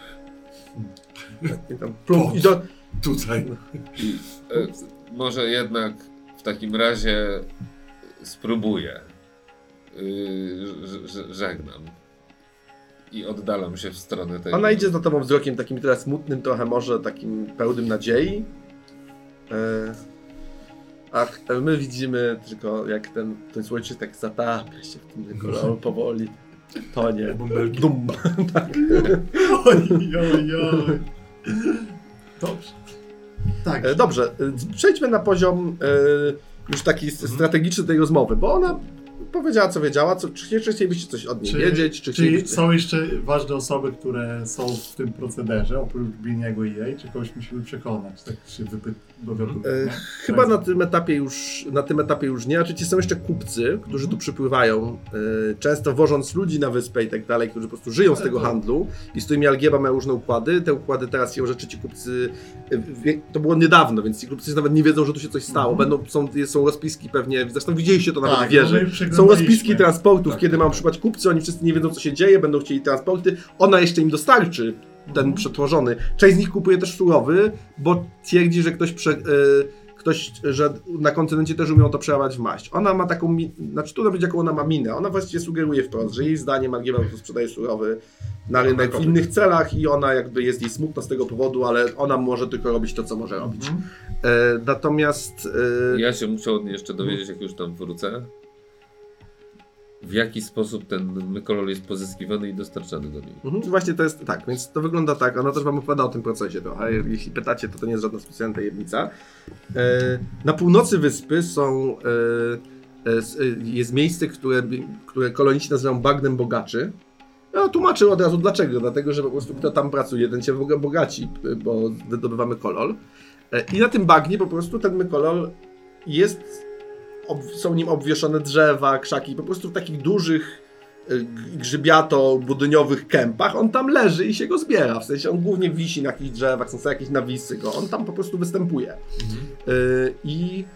I tam plum, i do... Tutaj. I, e, może jednak w takim razie spróbuję. Yy, ż- ż- żegnam. I oddalam się w stronę tej... Ona idzie za tobą wzrokiem takim teraz smutnym, trochę może takim pełnym nadziei. E... A my widzimy tylko, jak ten, ten słońce tak zatapia się w tym kolorze powoli. Tonie. Bąbelki. Dum. Oj, oj, oj. Dobrze. Tak. E, Dobrze, e, przejdźmy na poziom e, już taki s- strategiczny tej rozmowy, bo ona powiedziała, co wiedziała, co, czy, czy chcielibyście coś od niej Czy, wiedzieć, czy czy chcielibyście... są jeszcze ważne osoby, które są w tym procederze, oprócz Bliniego i jej, czy kogoś musimy przekonać, tak się wypyt... dowiadujemy. E, nie? Chyba na tym etapie już, na tym etapie już nie. Oczywiście są jeszcze kupcy, którzy tu przypływają, e, często wożąc ludzi na wyspę i tak dalej, którzy po prostu żyją z tego handlu i z którymi Algieba ma różne układy. Te układy teraz siłą rzeczy ci kupcy, e, wie, to było niedawno, więc ci kupcy nawet nie wiedzą, że tu się coś stało. Mhm. Będą, są, są rozpiski pewnie, zresztą widzieliście to nawet Tak, w wieży. no my Są przeglądaliśmy. rozpiski transportów, Tak, kiedy tak, mam tak. przykład kupcy, oni wszyscy nie wiedzą, co się dzieje, będą chcieli transporty. Ona jeszcze im dostarczy ten Mhm. przetworzony. Część z nich kupuje też surowy, bo twierdzi, że ktoś, prze, y, ktoś że na kontynencie też umią to przeładować w maść. Ona ma taką, mi- znaczy tu nawet jaką ona ma minę. Ona właściwie sugeruje wprost, że jej zdaniem Algieba po prostu sprzedaje surowy na rynek w innych celach i ona jakby jest jej smutna z tego powodu, ale ona może tylko robić to, co może robić. Mhm. E, natomiast... E, Ja się muszę od niej jeszcze dowiedzieć, jak już tam wrócę. w jaki sposób ten mykolol jest pozyskiwany i dostarczany do niej. Mhm. Właśnie to jest tak, więc to wygląda tak, ona też wam opowiada o tym procesie trochę, jeśli pytacie, to to nie jest żadna specjalna tajemnica. E, na północy wyspy są, e, e, jest miejsce, które, które koloniści nazywają bagnem bogaczy. Ja tłumaczę od razu dlaczego, dlatego że po prostu kto tam pracuje, ten się bogaci, bo wydobywamy kolol. E, I na tym bagnie po prostu ten mykolol jest, ob, są nim obwieszone drzewa, krzaki, po prostu w takich dużych grzybiato-budyniowych kępach, on tam leży i się go zbiera, w sensie on głównie wisi na jakichś drzewach, są jakieś nawisy go, on tam po prostu występuje. Mhm. Y, I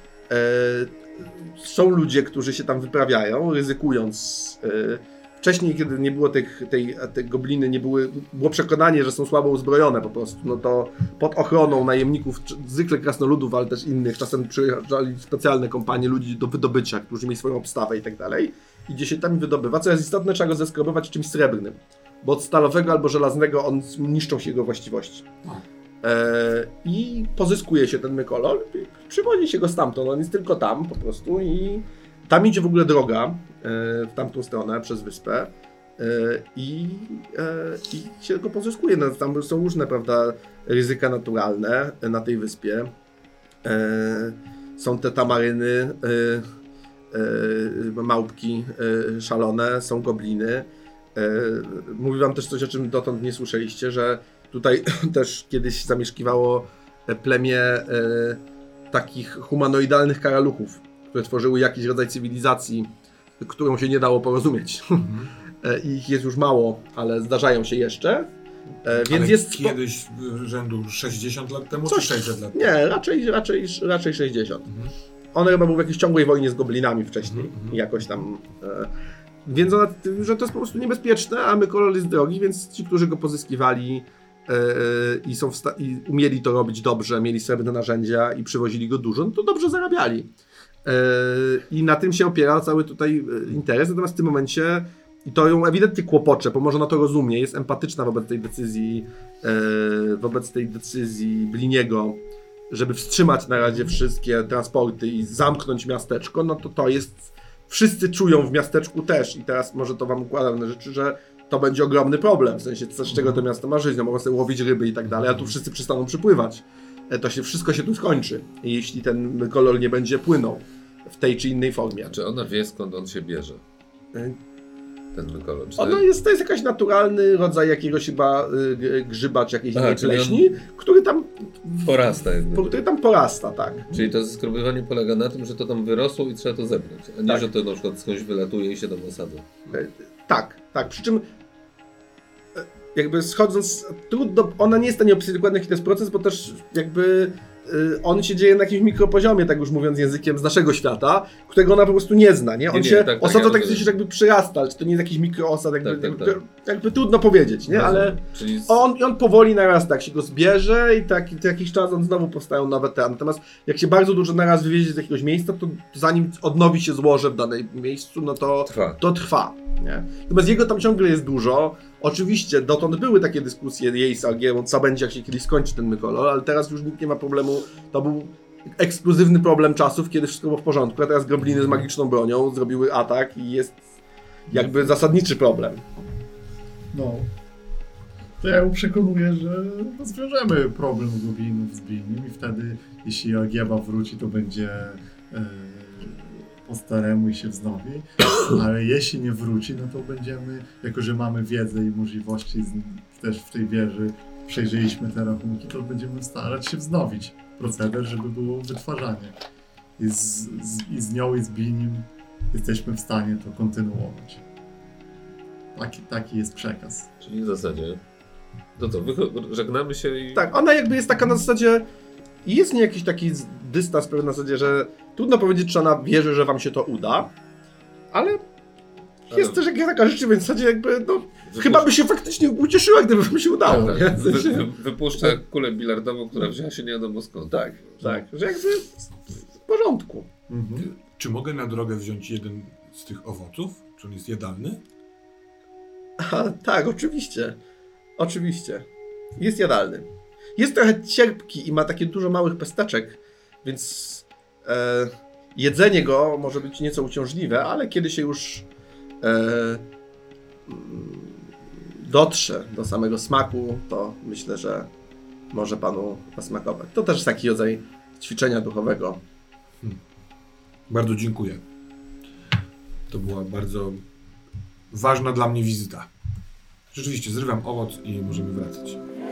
y, są ludzie, którzy się tam wyprawiają, ryzykując. Y, wcześniej, kiedy nie było tych, tej, te gobliny, nie były, było przekonanie, że są słabo uzbrojone po prostu, no to pod ochroną najemników, zwykle krasnoludów, ale też innych, czasem przyjeżdżali specjalne kompanie ludzi do wydobycia, którzy mieli swoją obstawę i tak dalej. Idzie się tam i wydobywa. Co jest istotne, trzeba go zeskrobować czymś srebrnym, bo od stalowego albo żelaznego on niszczą się jego właściwości. E, I pozyskuje się ten mykolol, przywozi się go stamtąd, on jest tylko tam po prostu i tam idzie w ogóle droga e, w tamtą stronę przez wyspę e, i, e, i się go pozyskuje. No, tam są różne, prawda, ryzyka naturalne na tej wyspie. E, są te tamaryny, e, Yy, małpki yy, szalone, są gobliny. Yy, mówię wam też coś, o czym dotąd nie słyszeliście, że tutaj też kiedyś zamieszkiwało plemię yy, takich humanoidalnych karaluchów, które tworzyły jakiś rodzaj cywilizacji, którą się nie dało porozumieć. Mm-hmm. yy, ich jest już mało, ale zdarzają się jeszcze. Yy, więc ale jest kiedyś rzędu sześćdziesiąt lat temu, coś, czy sześćdziesiąt lat temu? Nie, raczej, raczej, raczej sześćdziesiąt. Mm-hmm. On chyba był w jakiejś ciągłej wojnie z goblinami wcześniej, mm-hmm. jakoś tam. E, więc ona, że to jest po prostu niebezpieczne, a mykolol jest drogi, więc ci, którzy go pozyskiwali e, i, są sta- i umieli to robić dobrze, mieli srebrne narzędzia i przywozili go dużo, no to dobrze zarabiali. E, I na tym się opiera cały tutaj interes, natomiast w tym momencie i to ją ewidentnie kłopocze, bo może ona to rozumie, jest empatyczna wobec tej decyzji, e, wobec tej decyzji Bliniego, żeby wstrzymać na razie wszystkie transporty i zamknąć miasteczko, no to to jest, wszyscy czują w miasteczku też i teraz może to wam układam na rzeczy, że to będzie ogromny problem, w sensie z czego to miasto ma żyć, no mogą sobie łowić ryby i tak dalej, a tu wszyscy przestaną przypływać. To się, wszystko się tu skończy, jeśli ten mykolol nie będzie płynął w tej czy innej formie. Czy ona wie, skąd on się bierze? Ten mykolol? Ono jest, to jest jakiś naturalny rodzaj jakiegoś chyba y, grzyba czy jakiejś innej pleśni, on... który tam porasta. Po, który tam porasta, tak. Czyli to skrobowanie polega na tym, że to tam wyrosło i trzeba to zebrać, a nie, tak. że to na przykład skądś wylatuje i się tam osadza. E, tak, tak, przy czym e, jakby schodząc, trudno, ona nie jest w stanie opisać dokładnie jaki to jest proces, bo też jakby on się dzieje na jakimś mikropoziomie, tak już mówiąc językiem z naszego świata, którego ona po prostu nie zna, nie? On nie, nie, się tak, osadza tak, tak, jakby przyrasta, czy to nie jest jakiś mikroosad, jakby, tak, tak, tak. jakby, jakby trudno powiedzieć, nie? Ale Czyli... on, on powoli narasta, jak się go zbierze i tak co jakiś czas on znowu powstają nowe te. Natomiast jak się bardzo dużo naraz wywiezie z jakiegoś miejsca, to zanim odnowi się złoże w danym miejscu, no to trwa. To trwa, nie? Natomiast jego tam ciągle jest dużo. Oczywiście dotąd były takie dyskusje jej z Algierą, co będzie, jak się kiedyś skończy ten mykolol, ale teraz już nikt nie ma problemu. To był ekskluzywny problem czasów, kiedy wszystko było w porządku, a teraz gobliny z magiczną bronią zrobiły atak i jest jakby zasadniczy problem. No. To ja ją przekonuję, że rozwiążemy problem goblinów z Blinim i wtedy, jeśli Algieba wróci, to będzie e, po staremu i się wznowi, ale jeśli nie wróci, no to będziemy, jako że mamy wiedzę i możliwości z, też w tej wieży, przejrzeliśmy te rachunki, to będziemy starać się wznowić proceder, żeby było wytwarzanie. I z, z, i z nią i z Blinim jesteśmy w stanie to kontynuować. Taki, taki jest przekaz. Czyli w zasadzie to co, żegnamy się i... Tak, ona jakby jest taka na zasadzie, jest nie jakiś taki dystans pewien na zasadzie, że trudno powiedzieć, czy ona wierzy, że wam się to uda, ale jest ale... też jakaś taka rzeczywistość, w zasadzie jakby, no, Wypuszcza... chyba by się faktycznie ucieszyła, gdyby wam się udało. Tak, tak. Wy, wy, wypuszcza kulę bilardową, która wzięła się nie wiadomo skąd. Tak, tak, że jakby w porządku. Mhm. Czy mogę na drogę wziąć jeden z tych owoców? Czy on jest jadalny? A, tak, oczywiście. Oczywiście. Jest jadalny. Jest trochę cierpki i ma takie dużo małych pesteczek, więc e, jedzenie go może być nieco uciążliwe, ale kiedy się już e, dotrze do samego smaku, to myślę, że może panu zasmakować. To też jest taki rodzaj ćwiczenia duchowego. Hmm. Bardzo dziękuję. To była bardzo ważna dla mnie wizyta. Rzeczywiście, zrywam owoc i możemy wracać.